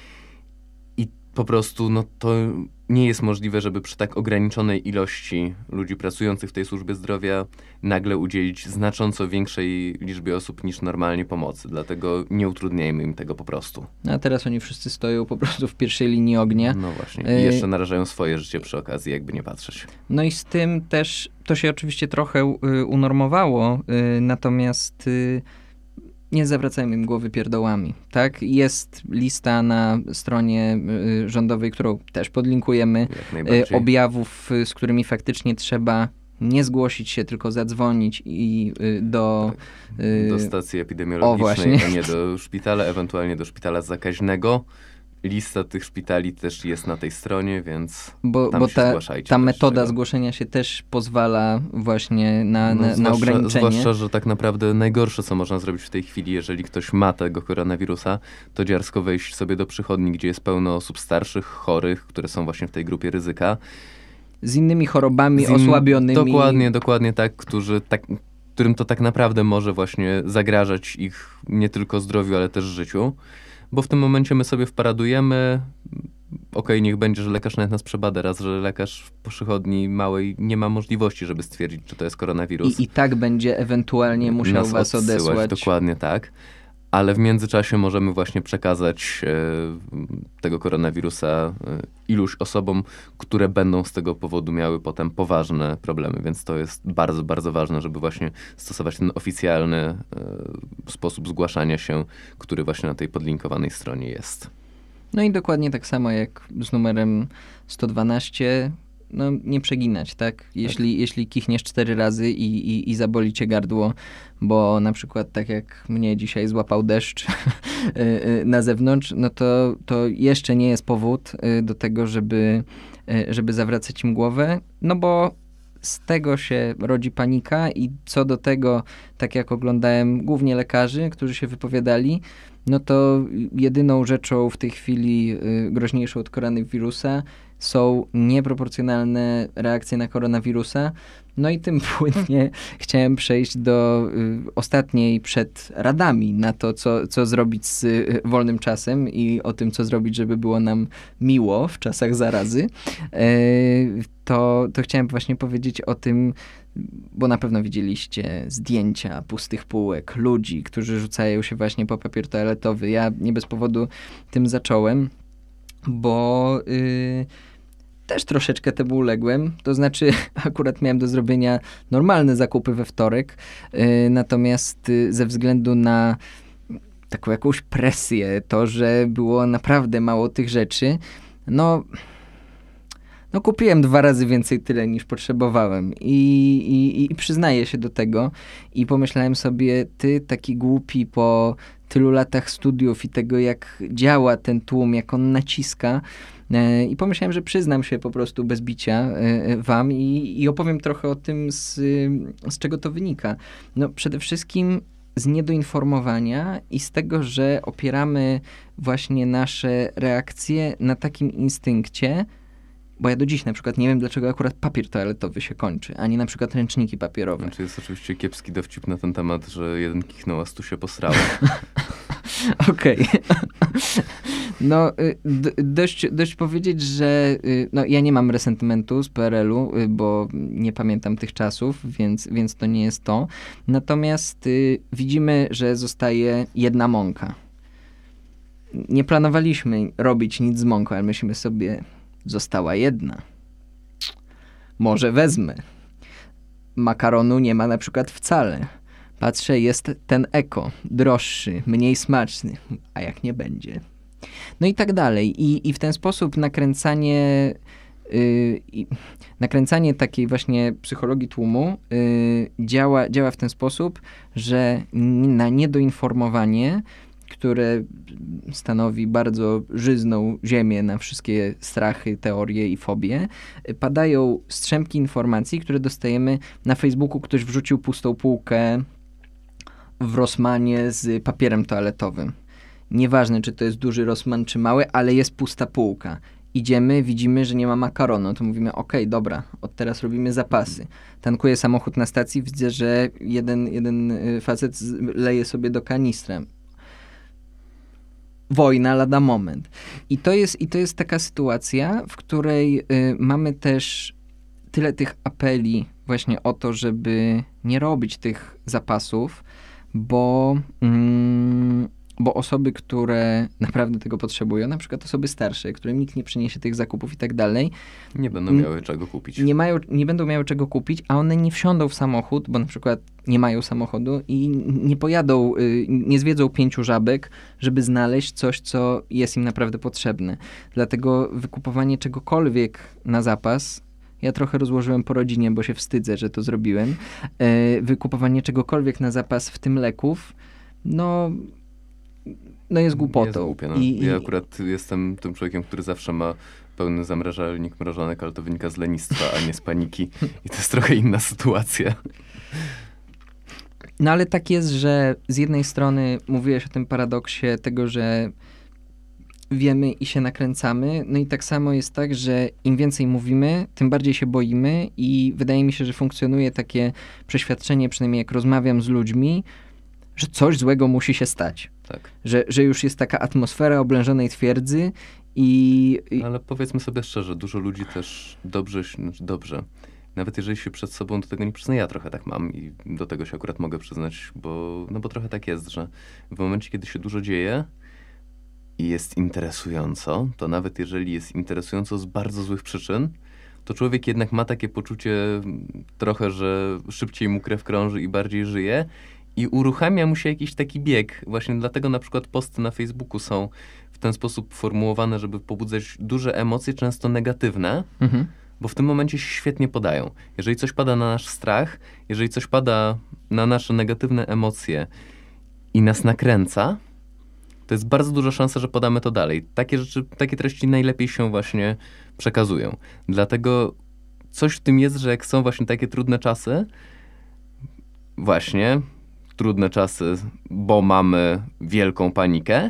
I po prostu to nie jest możliwe, żeby przy tak ograniczonej ilości ludzi pracujących w tej służbie zdrowia nagle udzielić znacząco większej liczbie osób niż normalnie pomocy. Dlatego nie utrudniajmy im tego po prostu. A teraz oni wszyscy stoją po prostu w pierwszej linii ognia. No właśnie. I jeszcze narażają swoje życie przy okazji, jakby nie patrzeć. No i z tym też to się oczywiście trochę unormowało, natomiast nie zawracajmy im głowy pierdołami, tak? Jest lista na stronie rządowej, którą też podlinkujemy, Jak najbardziej. objawów, z którymi faktycznie trzeba nie zgłosić się, tylko zadzwonić i do stacji epidemiologicznej, właśnie. a nie do szpitala, ewentualnie do szpitala zakaźnego. Lista tych szpitali też jest na tej stronie, więc tam się zgłaszajcie. Ta metoda zgłoszenia się też pozwala właśnie na ograniczenie. Zwłaszcza, że tak naprawdę najgorsze, co można zrobić w tej chwili, jeżeli ktoś ma tego koronawirusa, to dziarsko wejść sobie do przychodni, gdzie jest pełno osób starszych, chorych, które są właśnie w tej grupie ryzyka. Z innymi chorobami osłabionymi. Dokładnie tak, którym to tak naprawdę może właśnie zagrażać ich nie tylko zdrowiu, ale też życiu. Bo w tym momencie my sobie wparadujemy, niech będzie, że lekarz nawet nas przebada raz, że lekarz w przychodni małej nie ma możliwości, żeby stwierdzić, czy to jest koronawirus. I tak będzie ewentualnie musiał was odesłać. Dokładnie tak. Ale w międzyczasie możemy właśnie przekazać tego koronawirusa iluś osobom, które będą z tego powodu miały potem poważne problemy. Więc to jest bardzo, bardzo ważne, żeby właśnie stosować ten oficjalny sposób zgłaszania się, który właśnie na tej podlinkowanej stronie jest. No i dokładnie tak samo jak z numerem 112, nie przeginać, tak? Jeśli kichniesz 4 razy i zaboli cię gardło, bo na przykład tak jak mnie dzisiaj złapał deszcz na zewnątrz, to jeszcze nie jest powód do tego, żeby zawracać im głowę, bo z tego się rodzi panika i co do tego, tak jak oglądałem głównie lekarzy, którzy się wypowiadali, to jedyną rzeczą w tej chwili groźniejszą od koronawirusa są nieproporcjonalne reakcje na koronawirusa. No i tym płynnie chciałem przejść do ostatniej przed radami na to, co zrobić z wolnym czasem i o tym, co zrobić, żeby było nam miło w czasach zarazy. To chciałem właśnie powiedzieć o tym, bo na pewno widzieliście zdjęcia pustych półek, ludzi, którzy rzucają się właśnie po papier toaletowy. Ja nie bez powodu tym zacząłem, bo też troszeczkę temu uległem. To znaczy akurat miałem do zrobienia normalne zakupy we wtorek, natomiast ze względu na taką jakąś presję, to, że było naprawdę mało tych rzeczy, kupiłem 2 razy więcej tyle niż potrzebowałem i przyznaję się do tego i pomyślałem sobie, ty taki głupi po tylu latach studiów i tego, jak działa ten tłum, jak on naciska, i pomyślałem, że przyznam się po prostu bez bicia wam i opowiem trochę o tym, z czego to wynika. Przede wszystkim z niedoinformowania i z tego, że opieramy właśnie nasze reakcje na takim instynkcie, bo ja do dziś na przykład nie wiem, dlaczego akurat papier toaletowy się kończy, a nie na przykład ręczniki papierowe. Znaczy jest oczywiście kiepski dowcip na ten temat, że jeden kichnął, a 100 się posrało. Okej. No, dość powiedzieć, że no, ja nie mam resentymentu z PRL-u, bo nie pamiętam tych czasów, więc to nie jest to. Natomiast widzimy, że zostaje jedna mąka. Nie planowaliśmy robić nic z mąką, ale myślimy sobie, została jedna. Może wezmę. Makaronu nie ma na przykład wcale. Patrzę, jest ten eko, droższy, mniej smaczny, a jak nie będzie. No i tak dalej. I w ten sposób nakręcanie takiej właśnie psychologii tłumu działa w ten sposób, że na niedoinformowanie, które stanowi bardzo żyzną ziemię na wszystkie strachy, teorie i fobie, padają strzępki informacji, które dostajemy na Facebooku. Ktoś wrzucił pustą półkę w Rossmanie z papierem toaletowym. Nieważne, czy to jest duży Rossmann, czy mały, ale jest pusta półka. Idziemy, widzimy, że nie ma makaronu, to mówimy, okej, dobra, od teraz robimy zapasy. Tankuję samochód na stacji, widzę, że jeden facet leje sobie do kanistra. Wojna lada moment. I to jest taka sytuacja, w której mamy też tyle tych apeli właśnie o to, żeby nie robić tych zapasów, bo osoby, które naprawdę tego potrzebują, na przykład osoby starsze, którym nikt nie przyniesie tych zakupów i tak dalej, nie będą miały czego kupić. Nie będą miały czego kupić, a one nie wsiądą w samochód, bo na przykład nie mają samochodu i nie pojadą, nie zwiedzą 5 żabek, żeby znaleźć coś, co jest im naprawdę potrzebne. Dlatego wykupowanie czegokolwiek na zapas, ja trochę rozłożyłem po rodzinie, bo się wstydzę, że to zrobiłem, wykupowanie czegokolwiek na zapas, w tym leków, no jest głupotą. Jest głupie, no. Ja akurat jestem tym człowiekiem, który zawsze ma pełny zamrażalnik mrożonek, ale to wynika z lenistwa, a nie z paniki. I to jest trochę inna sytuacja. No ale tak jest, że z jednej strony mówiłeś o tym paradoksie tego, że wiemy i się nakręcamy, no i tak samo jest tak, że im więcej mówimy, tym bardziej się boimy i wydaje mi się, że funkcjonuje takie przeświadczenie, przynajmniej jak rozmawiam z ludźmi, że coś złego musi się stać. Tak. Że już jest taka atmosfera oblężonej twierdzy Ale powiedzmy sobie szczerze, dużo ludzi też dobrze. Nawet jeżeli się przed sobą do tego nie przyznaje, ja trochę tak mam i do tego się akurat mogę przyznać, bo trochę tak jest, że w momencie, kiedy się dużo dzieje i jest interesująco, to nawet jeżeli jest interesująco z bardzo złych przyczyn, to człowiek jednak ma takie poczucie trochę, że szybciej mu krew krąży i bardziej żyje. I uruchamia mu się jakiś taki bieg. Właśnie dlatego na przykład posty na Facebooku są w ten sposób formułowane, żeby pobudzać duże emocje, często negatywne, bo w tym momencie się świetnie podają. Jeżeli coś pada na nasz strach, jeżeli coś pada na nasze negatywne emocje i nas nakręca, to jest bardzo duża szansa, że podamy to dalej. Takie rzeczy, takie treści najlepiej się właśnie przekazują. Dlatego coś w tym jest, że jak są właśnie takie trudne czasy, bo mamy wielką panikę,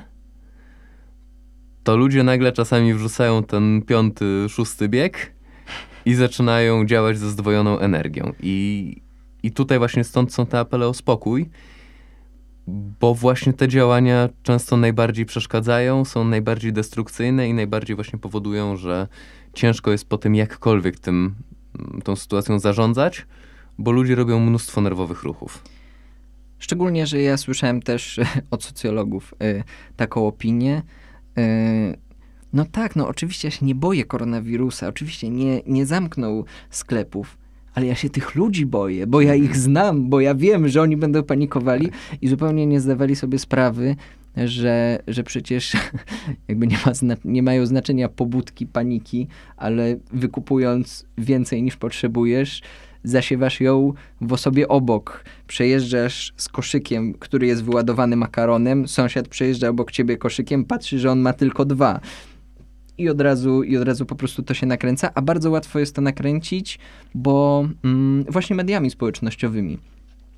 to ludzie nagle czasami wrzucają ten 5., 6. bieg i zaczynają działać ze zdwojoną energią. I tutaj właśnie stąd są te apele o spokój, bo właśnie te działania często najbardziej przeszkadzają, są najbardziej destrukcyjne i najbardziej właśnie powodują, że ciężko jest potem jakkolwiek tą sytuacją zarządzać, bo ludzie robią mnóstwo nerwowych ruchów. Szczególnie, że ja słyszałem też od socjologów taką opinię. No tak, no oczywiście ja się nie boję koronawirusa, oczywiście nie zamkną sklepów, ale ja się tych ludzi boję, bo ja ich znam, bo ja wiem, że oni będą panikowali i zupełnie nie zdawali sobie sprawy, że przecież jakby nie mają znaczenia pobudki, paniki, ale wykupując więcej niż potrzebujesz, zasiewasz ją w osobie obok. Przejeżdżasz z koszykiem, który jest wyładowany makaronem, sąsiad przejeżdża obok ciebie koszykiem, patrzy, że on ma tylko 2. I od razu po prostu to się nakręca, a bardzo łatwo jest to nakręcić, bo właśnie mediami społecznościowymi.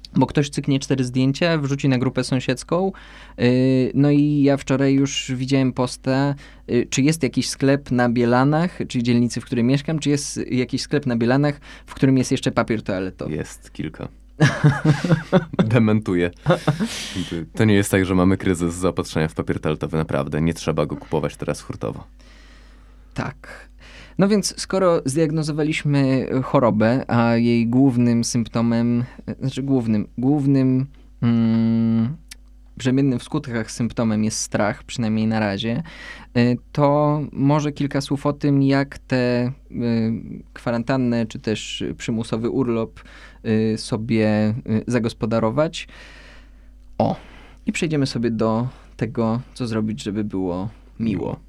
bo ktoś cyknie 4 zdjęcia, wrzuci na grupę sąsiedzką. No i ja wczoraj już widziałem posta, czy jest jakiś sklep na Bielanach, czyli dzielnicy, w której mieszkam, czy jest jakiś sklep na Bielanach, w którym jest jeszcze papier toaletowy. Jest kilka. Dementuję. To nie jest tak, że mamy kryzys zaopatrzenia w papier toaletowy, naprawdę. Nie trzeba go kupować teraz hurtowo. Tak. No więc skoro zdiagnozowaliśmy chorobę, a jej głównym symptomem, głównym brzemiennym w skutkach symptomem jest strach, przynajmniej na razie, to może kilka słów o tym, jak tę kwarantannę, czy też przymusowy urlop sobie zagospodarować. I przejdziemy sobie do tego, co zrobić, żeby było miło.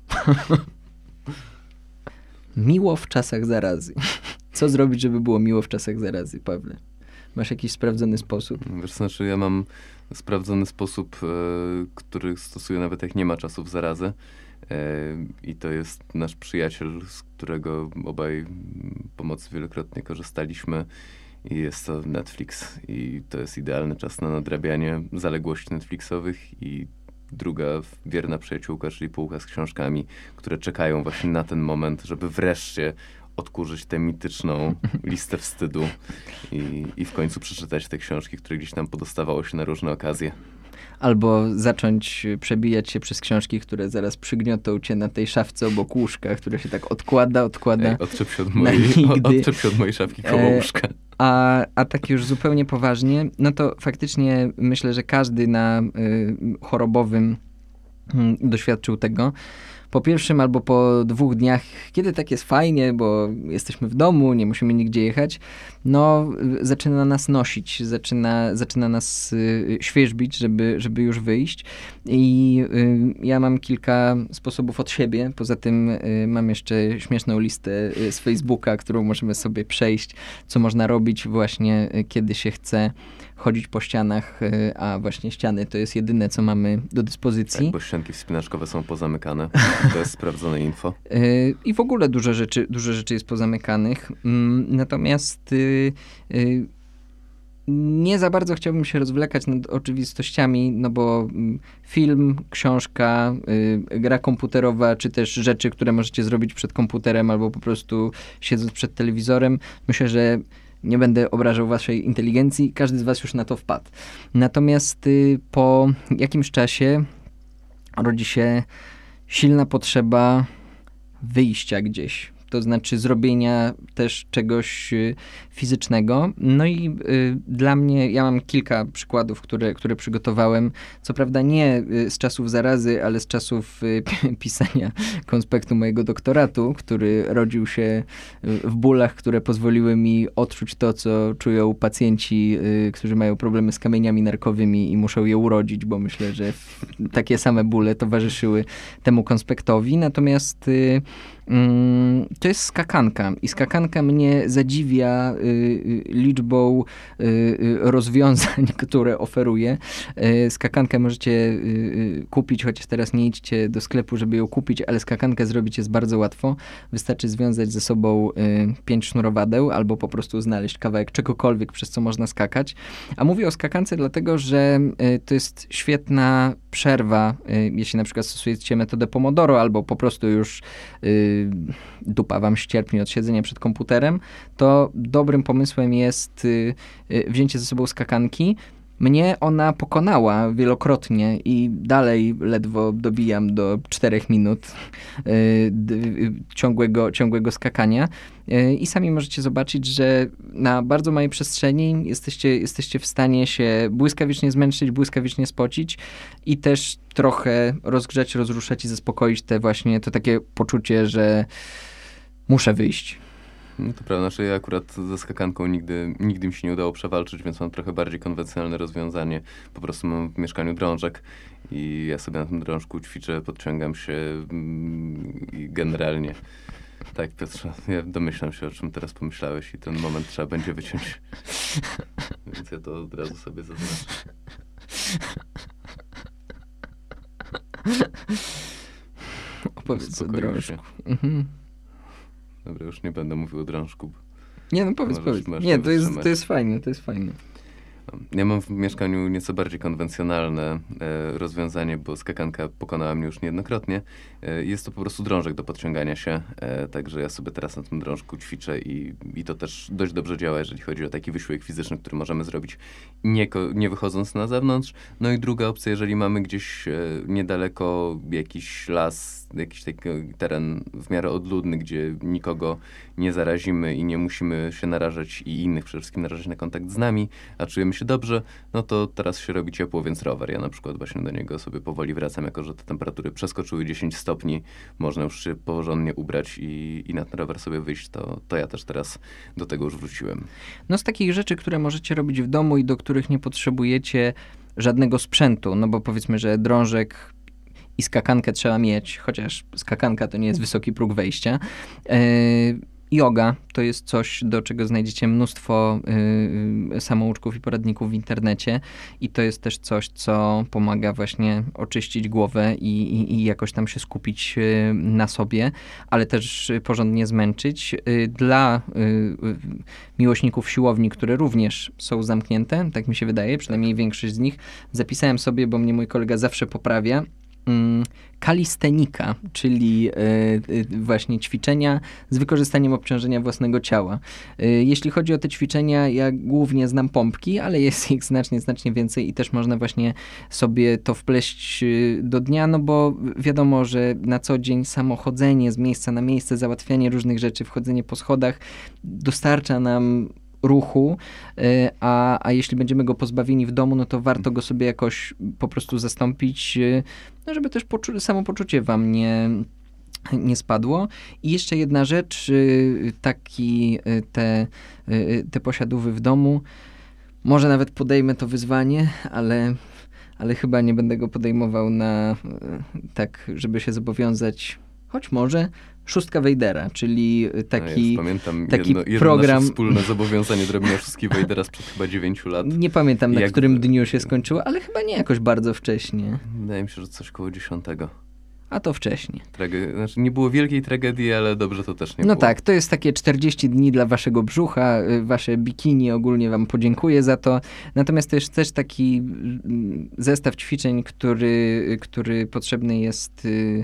Miło w czasach zarazy. Co zrobić, żeby było miło w czasach zarazy, Pawle? Masz jakiś sprawdzony sposób? Wiesz, znaczy ja mam sprawdzony sposób, który stosuję nawet jak nie ma czasów zarazy. I to jest nasz przyjaciel, z którego obaj pomocy wielokrotnie korzystaliśmy. I jest to Netflix. I to jest idealny czas na nadrabianie zaległości Netflixowych. I druga wierna przyjaciółka, czyli półka z książkami, które czekają właśnie na ten moment, żeby wreszcie odkurzyć tę mityczną listę wstydu i w końcu przeczytać te książki, które gdzieś tam podostawało się na różne okazje. Albo zacząć przebijać się przez książki, które zaraz przygniotą cię na tej szafce obok łóżka, które się tak odkłada. Odczep się od mojej szafki koło łóżka. A tak już zupełnie poważnie, no to faktycznie myślę, że każdy na chorobowym doświadczył tego. Po pierwszym albo po 2 dniach, kiedy tak jest fajnie, bo jesteśmy w domu, nie musimy nigdzie jechać, no zaczyna nas nosić, zaczyna nas świeżbić, żeby już wyjść. I ja mam kilka sposobów od siebie. Poza tym mam jeszcze śmieszną listę z Facebooka, którą możemy sobie przejść, co można robić właśnie, kiedy się chce chodzić po ścianach, a właśnie ściany to jest jedyne, co mamy do dyspozycji. Tak, bo ścianki wspinaczkowe są pozamykane. To jest sprawdzone info. I w ogóle dużo rzeczy jest pozamykanych. Natomiast nie za bardzo chciałbym się rozwlekać nad oczywistościami, no bo film, książka, gra komputerowa, czy też rzeczy, które możecie zrobić przed komputerem albo po prostu siedząc przed telewizorem, myślę, że nie będę obrażał waszej inteligencji, każdy z was już na to wpadł. Natomiast po jakimś czasie rodzi się silna potrzeba wyjścia gdzieś. To znaczy zrobienia też czegoś fizycznego. No i dla mnie, ja mam kilka przykładów, które przygotowałem. Co prawda nie z czasów zarazy, ale z czasów pisania konspektu mojego doktoratu, który rodził się w bólach, które pozwoliły mi odczuć to, co czują pacjenci, którzy mają problemy z kamieniami nerkowymi i muszą je urodzić, bo myślę, że takie same bóle towarzyszyły temu konspektowi. Natomiast to jest skakanka i skakanka mnie zadziwia liczbą rozwiązań, które oferuje. Skakankę możecie kupić, chociaż teraz nie idźcie do sklepu, żeby ją kupić, ale skakankę zrobić jest bardzo łatwo. Wystarczy związać ze sobą 5 sznurowadeł albo po prostu znaleźć kawałek czegokolwiek, przez co można skakać. A mówię o skakance dlatego, że to jest świetna przerwa, jeśli na przykład stosujecie metodę Pomodoro albo po prostu już dupa wam ścierpnie od siedzenia przed komputerem, to dobrym pomysłem jest wzięcie ze sobą skakanki. Mnie ona pokonała wielokrotnie i dalej ledwo dobijam do 4 minut ciągłego skakania. I sami możecie zobaczyć, że na bardzo małej przestrzeni jesteście w stanie się błyskawicznie zmęczyć, błyskawicznie spocić i też trochę rozgrzać, rozruszać i zaspokoić to takie poczucie, że muszę wyjść. No to prawda, że ja akurat ze skakanką nigdy mi się nie udało przewalczyć, więc mam trochę bardziej konwencjonalne rozwiązanie. Po prostu mam w mieszkaniu drążek i ja sobie na tym drążku ćwiczę, podciągam się i generalnie... Tak, Piotrze, ja domyślam się, o czym teraz pomyślałeś i ten moment trzeba będzie wyciąć. Więc ja to od razu sobie zaznaczę. Opowiedz o drążku. Mhm. Dobra, już nie będę mówił o drążku. Nie, no powiedz. Nie, to jest fajne, to jest fajne. Ja mam w mieszkaniu nieco bardziej konwencjonalne rozwiązanie, bo skakanka pokonała mnie już niejednokrotnie. Jest to po prostu drążek do podciągania się, także ja sobie teraz na tym drążku ćwiczę i to też dość dobrze działa, jeżeli chodzi o taki wysiłek fizyczny, który możemy zrobić nie wychodząc na zewnątrz. No i druga opcja, jeżeli mamy gdzieś niedaleko jakiś las, jakiś taki teren w miarę odludny, gdzie nikogo nie zarazimy i nie musimy się narażać i innych przede wszystkim narażać na kontakt z nami, a czujemy się dobrze, no to teraz się robi ciepło, więc rower. Ja na przykład właśnie do niego sobie powoli wracam, jako że te temperatury przeskoczyły 10 stopni, można już się porządnie ubrać i na ten rower sobie wyjść, to ja też teraz do tego już wróciłem. No z takich rzeczy, które możecie robić w domu i do których nie potrzebujecie żadnego sprzętu, no bo powiedzmy, że drążek i skakankę trzeba mieć, chociaż skakanka to nie jest wysoki próg wejścia. Yoga to jest coś, do czego znajdziecie mnóstwo samouczków i poradników w internecie i to jest też coś, co pomaga właśnie oczyścić głowę i jakoś tam się skupić na sobie, ale też porządnie zmęczyć. Dla miłośników siłowni, które również są zamknięte, tak mi się wydaje, przynajmniej większość z nich, zapisałem sobie, bo mnie mój kolega zawsze poprawia, kalistenika, czyli właśnie ćwiczenia z wykorzystaniem obciążenia własnego ciała. Jeśli chodzi o te ćwiczenia, ja głównie znam pompki, ale jest ich znacznie więcej i też można właśnie sobie to wpleść do dnia, no bo wiadomo, że na co dzień samo chodzenie z miejsca na miejsce, załatwianie różnych rzeczy, wchodzenie po schodach dostarcza nam ruchu, a jeśli będziemy go pozbawieni w domu, no to warto go sobie jakoś po prostu zastąpić, no żeby też samopoczucie wam nie spadło. I jeszcze jedna rzecz, te posiadówy w domu, może nawet podejmę to wyzwanie, ale chyba nie będę go podejmował tak, żeby się zobowiązać, choć może, Szóstka Wejdera, czyli taki, pamiętam taki jedno program. Nasze wspólne zobowiązanie do robienia Szóstki Wejdera sprzed chyba 9 lat. Nie pamiętam, na którym dniu się skończyło, ale chyba nie jakoś bardzo wcześnie. Wydaje mi się, że coś koło 10. A to wcześniej. Znaczy nie było wielkiej tragedii, ale dobrze to też nie było. No tak, to jest takie 40 dni dla waszego brzucha, wasze bikini ogólnie wam podziękuję za to. Natomiast to jest też taki zestaw ćwiczeń, który potrzebny jest,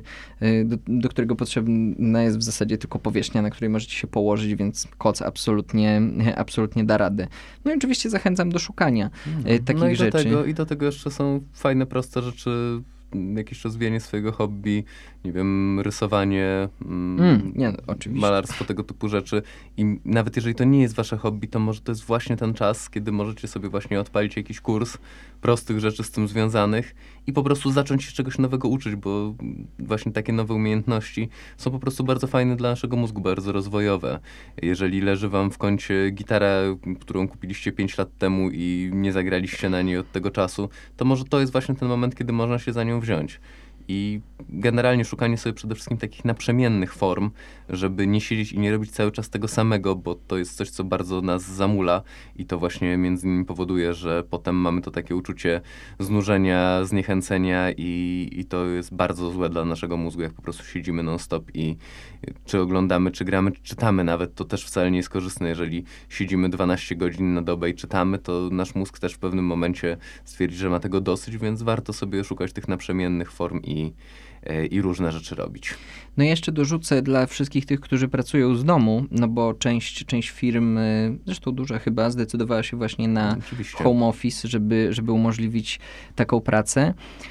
do którego potrzebna jest w zasadzie tylko powierzchnia, na której możecie się położyć, więc koc absolutnie da radę. No i oczywiście zachęcam do szukania takich rzeczy. I do tego jeszcze są fajne, proste rzeczy, jakieś rozwijanie swojego hobby, nie wiem, rysowanie, oczywiście. malarstwo, tego typu rzeczy. I nawet jeżeli to nie jest wasze hobby, to może to jest właśnie ten czas, kiedy możecie sobie właśnie odpalić jakiś kurs prostych rzeczy z tym związanych i po prostu zacząć się czegoś nowego uczyć, bo właśnie takie nowe umiejętności są po prostu bardzo fajne dla naszego mózgu, bardzo rozwojowe. Jeżeli leży wam w kącie gitara, którą kupiliście 5 lat temu i nie zagraliście na niej od tego czasu, to może to jest właśnie ten moment, kiedy można się za nią wziąć. I generalnie szukanie sobie przede wszystkim takich naprzemiennych form, żeby nie siedzieć i nie robić cały czas tego samego, bo to jest coś, co bardzo nas zamula i to właśnie między innymi powoduje, że potem mamy to takie uczucie znużenia, zniechęcenia i to jest bardzo złe dla naszego mózgu, jak po prostu siedzimy non-stop i czy oglądamy, czy gramy, czy czytamy nawet, to też wcale nie jest korzystne. Jeżeli siedzimy 12 godzin na dobę i czytamy, to nasz mózg też w pewnym momencie stwierdzi, że ma tego dosyć, więc warto sobie szukać tych naprzemiennych form i różne rzeczy robić. No i jeszcze dorzucę dla wszystkich tych, którzy pracują z domu, no bo część firm, zresztą duża chyba, zdecydowała się właśnie na home office, żeby umożliwić taką pracę.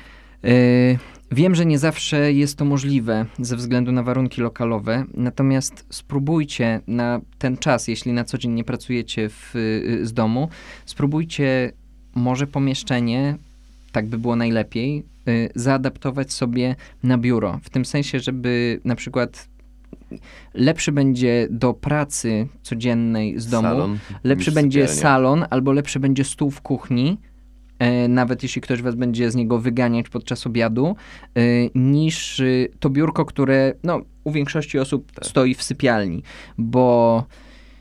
Wiem, że nie zawsze jest to możliwe ze względu na warunki lokalowe, natomiast spróbujcie na ten czas, jeśli na co dzień nie pracujecie z domu, spróbujcie może pomieszczenie, tak by było najlepiej, zaadaptować sobie na biuro. W tym sensie, żeby na przykład lepszy będzie do pracy codziennej z domu, lepszy będzie salon albo lepszy będzie stół w kuchni, nawet jeśli ktoś was będzie z niego wyganiać podczas obiadu, niż to biurko, które u większości osób stoi w sypialni, bo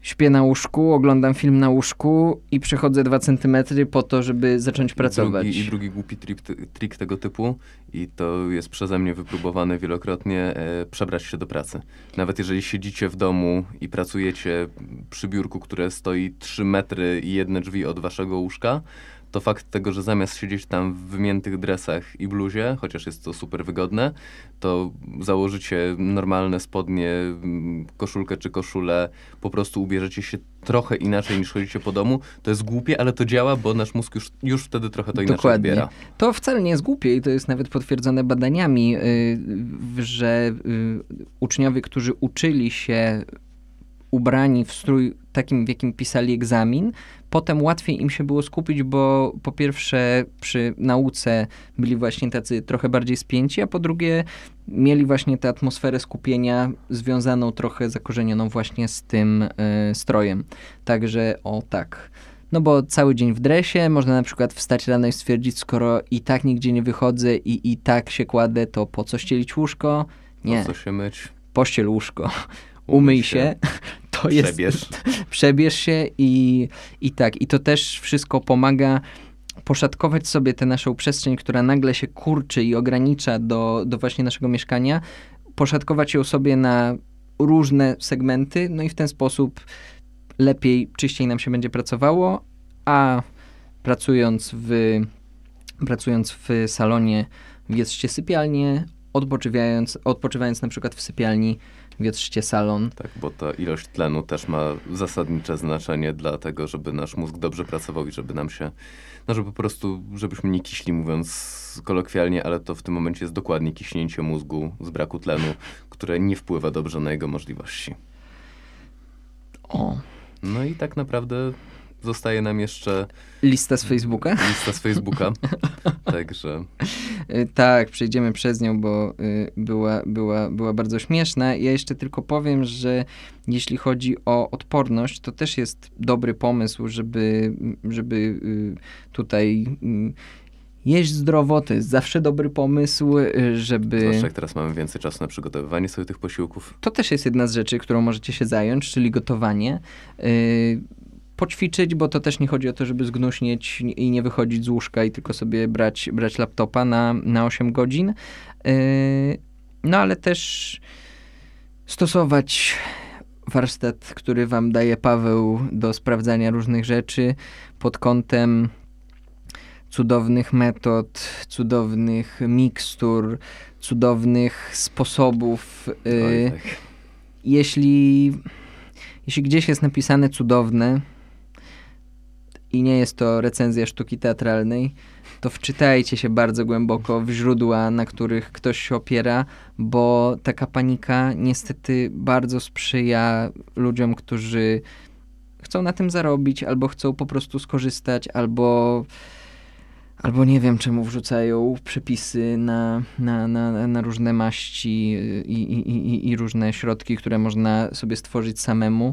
śpię na łóżku, oglądam film na łóżku i przechodzę 2 centymetry po to, żeby zacząć pracować. Drugi głupi trik tego typu, i to jest przeze mnie wypróbowane wielokrotnie, przebrać się do pracy. Nawet jeżeli siedzicie w domu i pracujecie przy biurku, które stoi 3 metry i 1 drzwi od waszego łóżka, to fakt tego, że zamiast siedzieć tam w wymiętych dresach i bluzie, chociaż jest to super wygodne, to założycie normalne spodnie, koszulkę czy koszulę, po prostu ubierzecie się trochę inaczej niż chodzicie po domu. To jest głupie, ale to działa, bo nasz mózg już wtedy trochę to inaczej odbiera. To wcale nie jest głupie i to jest nawet potwierdzone badaniami, że uczniowie, którzy uczyli się ubrani w strój takim, w jakim pisali egzamin, potem łatwiej im się było skupić, bo po pierwsze przy nauce byli właśnie tacy trochę bardziej spięci, a po drugie mieli właśnie tę atmosferę skupienia związaną trochę, zakorzenioną właśnie z tym strojem. Także tak. No bo cały dzień w dresie, można na przykład wstać rano i stwierdzić, skoro i tak nigdzie nie wychodzę i tak się kładę, to po co ścielić łóżko? Nie. Po co się myć? Pościel łóżko. Umyj się. To jest, przebierz się i tak. I to też wszystko pomaga poszatkować sobie tę naszą przestrzeń, która nagle się kurczy i ogranicza do właśnie naszego mieszkania, poszatkować ją sobie na różne segmenty, no i w ten sposób lepiej, czyściej nam się będzie pracowało, a pracując w salonie wietrzcie sypialnię, odpoczywając na przykład w sypialni wietrzcie salon. Tak, bo ta ilość tlenu też ma zasadnicze znaczenie dla tego, żeby nasz mózg dobrze pracował i żeby nam się, żeby po prostu, żebyśmy nie kiśli, mówiąc kolokwialnie, ale to w tym momencie jest dokładnie kiśnięcie mózgu z braku tlenu, które nie wpływa dobrze na jego możliwości. No i tak naprawdę zostaje nam jeszcze... Lista z Facebooka? Lista z Facebooka, także... Tak, przejdziemy przez nią, bo była bardzo śmieszna. Ja jeszcze tylko powiem, że jeśli chodzi o odporność, to też jest dobry pomysł, żeby tutaj... jeść zdrowo, to jest zawsze dobry pomysł, żeby... Zwłaszcza jak teraz mamy więcej czasu na przygotowywanie sobie tych posiłków. To też jest jedna z rzeczy, którą możecie się zająć, czyli gotowanie. Poćwiczyć, bo to też nie chodzi o to, żeby zgnuśnieć i nie wychodzić z łóżka i tylko sobie brać laptopa na 8 godzin. No ale też stosować warsztat, który wam daje Paweł do sprawdzania różnych rzeczy pod kątem cudownych metod, cudownych mikstur, cudownych sposobów. Tak. Jeśli gdzieś jest napisane cudowne i nie jest to recenzja sztuki teatralnej, to wczytajcie się bardzo głęboko w źródła, na których ktoś się opiera, bo taka panika niestety bardzo sprzyja ludziom, którzy chcą na tym zarobić, albo chcą po prostu skorzystać, albo nie wiem, czemu wrzucają przepisy na różne maści i różne środki, które można sobie stworzyć samemu.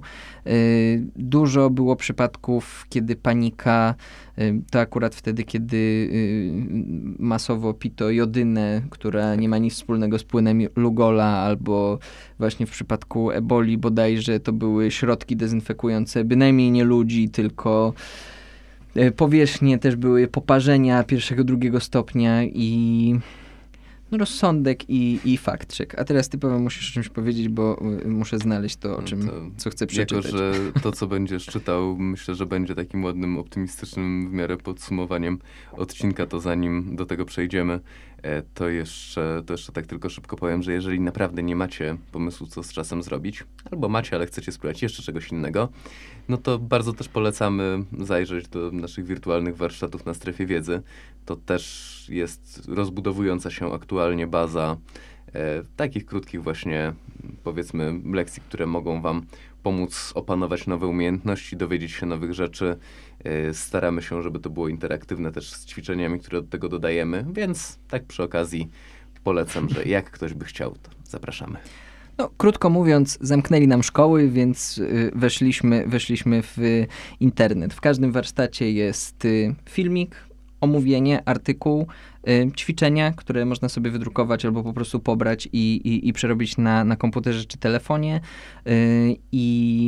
Dużo było przypadków, kiedy panika, to akurat wtedy, kiedy masowo pito jodynę, która nie ma nic wspólnego z płynem Lugola, albo właśnie w przypadku eboli bodajże to były środki dezynfekujące bynajmniej nie ludzi, tylko powierzchnie, też były poparzenia 1., 2. stopnia i rozsądek i fact-check. A teraz ty, Paweł, musisz o czymś powiedzieć, bo muszę znaleźć to, co chcę przeczytać. Jako, że to, co będziesz czytał, myślę, że będzie takim ładnym, optymistycznym w miarę podsumowaniem odcinka, to zanim do tego przejdziemy, to jeszcze tak tylko szybko powiem, że jeżeli naprawdę nie macie pomysłu, co z czasem zrobić, albo macie, ale chcecie spróbować jeszcze czegoś innego, no to bardzo też polecamy zajrzeć do naszych wirtualnych warsztatów na Strefie Wiedzy. To też jest rozbudowująca się aktualnie baza takich krótkich właśnie, powiedzmy, lekcji, które mogą wam pomóc opanować nowe umiejętności, dowiedzieć się nowych rzeczy. Staramy się, żeby to było interaktywne też z ćwiczeniami, które do tego dodajemy, więc tak przy okazji polecam, że jak ktoś by chciał, to zapraszamy. No, krótko mówiąc, zamknęli nam szkoły, więc weszliśmy w internet. W każdym warsztacie jest filmik, omówienie, artykuł, ćwiczenia, które można sobie wydrukować albo po prostu pobrać i przerobić na komputerze czy telefonie. I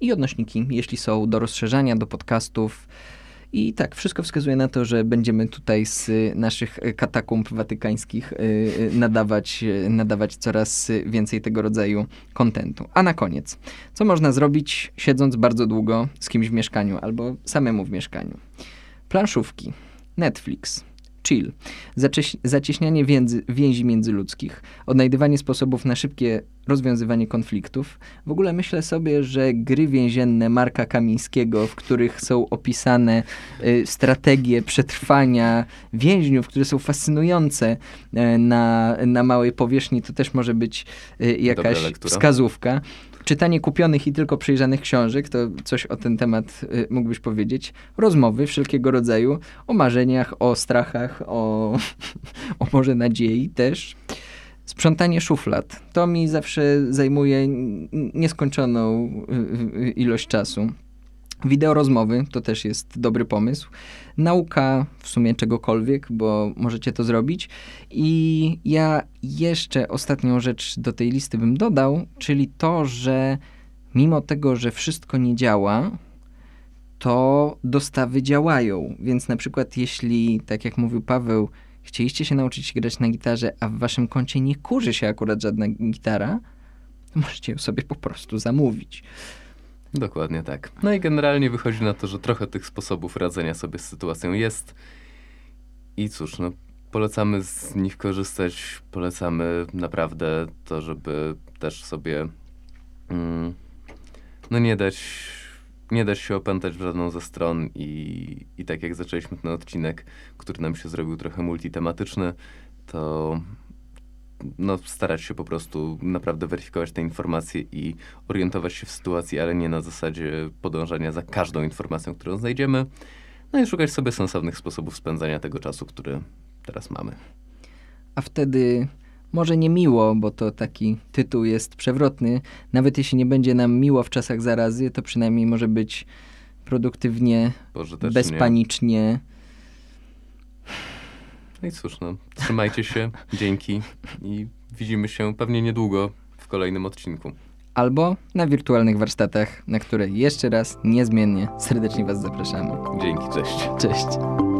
i odnośniki, jeśli są, do rozszerzania, do podcastów. I tak, wszystko wskazuje na to, że będziemy tutaj z naszych katakumb watykańskich nadawać coraz więcej tego rodzaju kontentu. A na koniec, co można zrobić, siedząc bardzo długo z kimś w mieszkaniu albo samemu w mieszkaniu? Planszówki, Netflix, chill, zacieśnianie więzi międzyludzkich, odnajdywanie sposobów na szybkie rozwiązywanie konfliktów. W ogóle myślę sobie, że gry więzienne Marka Kamińskiego, w których są opisane strategie przetrwania więźniów, które są fascynujące na małej powierzchni, to też może być jakaś wskazówka. Czytanie kupionych i tylko przejrzanych książek, to coś o ten temat mógłbyś powiedzieć. Rozmowy wszelkiego rodzaju, o marzeniach, o strachach, o może nadziei też. Sprzątanie szuflad. To mi zawsze zajmuje nieskończoną ilość czasu. Wideo rozmowy to też jest dobry pomysł. Nauka w sumie czegokolwiek, bo możecie to zrobić. I ja jeszcze ostatnią rzecz do tej listy bym dodał, czyli to, że mimo tego, że wszystko nie działa, to dostawy działają. Więc na przykład jeśli, tak jak mówił Paweł, chcieliście się nauczyć grać na gitarze, a w waszym koncie nie kurzy się akurat żadna gitara, to możecie ją sobie po prostu zamówić. Dokładnie tak. No i generalnie wychodzi na to, że trochę tych sposobów radzenia sobie z sytuacją jest. I cóż, no polecamy z nich korzystać. Polecamy naprawdę to, żeby też sobie no nie dać się opętać w żadną ze stron i tak jak zaczęliśmy ten odcinek, który nam się zrobił trochę multitematyczny, to no, starać się po prostu naprawdę weryfikować te informacje i orientować się w sytuacji, ale nie na zasadzie podążania za każdą informacją, którą znajdziemy. No i szukać sobie sensownych sposobów spędzania tego czasu, który teraz mamy. A wtedy może nie miło, bo to taki tytuł jest przewrotny. Nawet jeśli nie będzie nam miło w czasach zarazy, to przynajmniej może być produktywnie, bezpanicznie. No i cóż, no, trzymajcie się, dzięki i widzimy się pewnie niedługo w kolejnym odcinku. Albo na wirtualnych warsztatach, na które jeszcze raz niezmiennie serdecznie was zapraszamy. Dzięki, cześć. Cześć.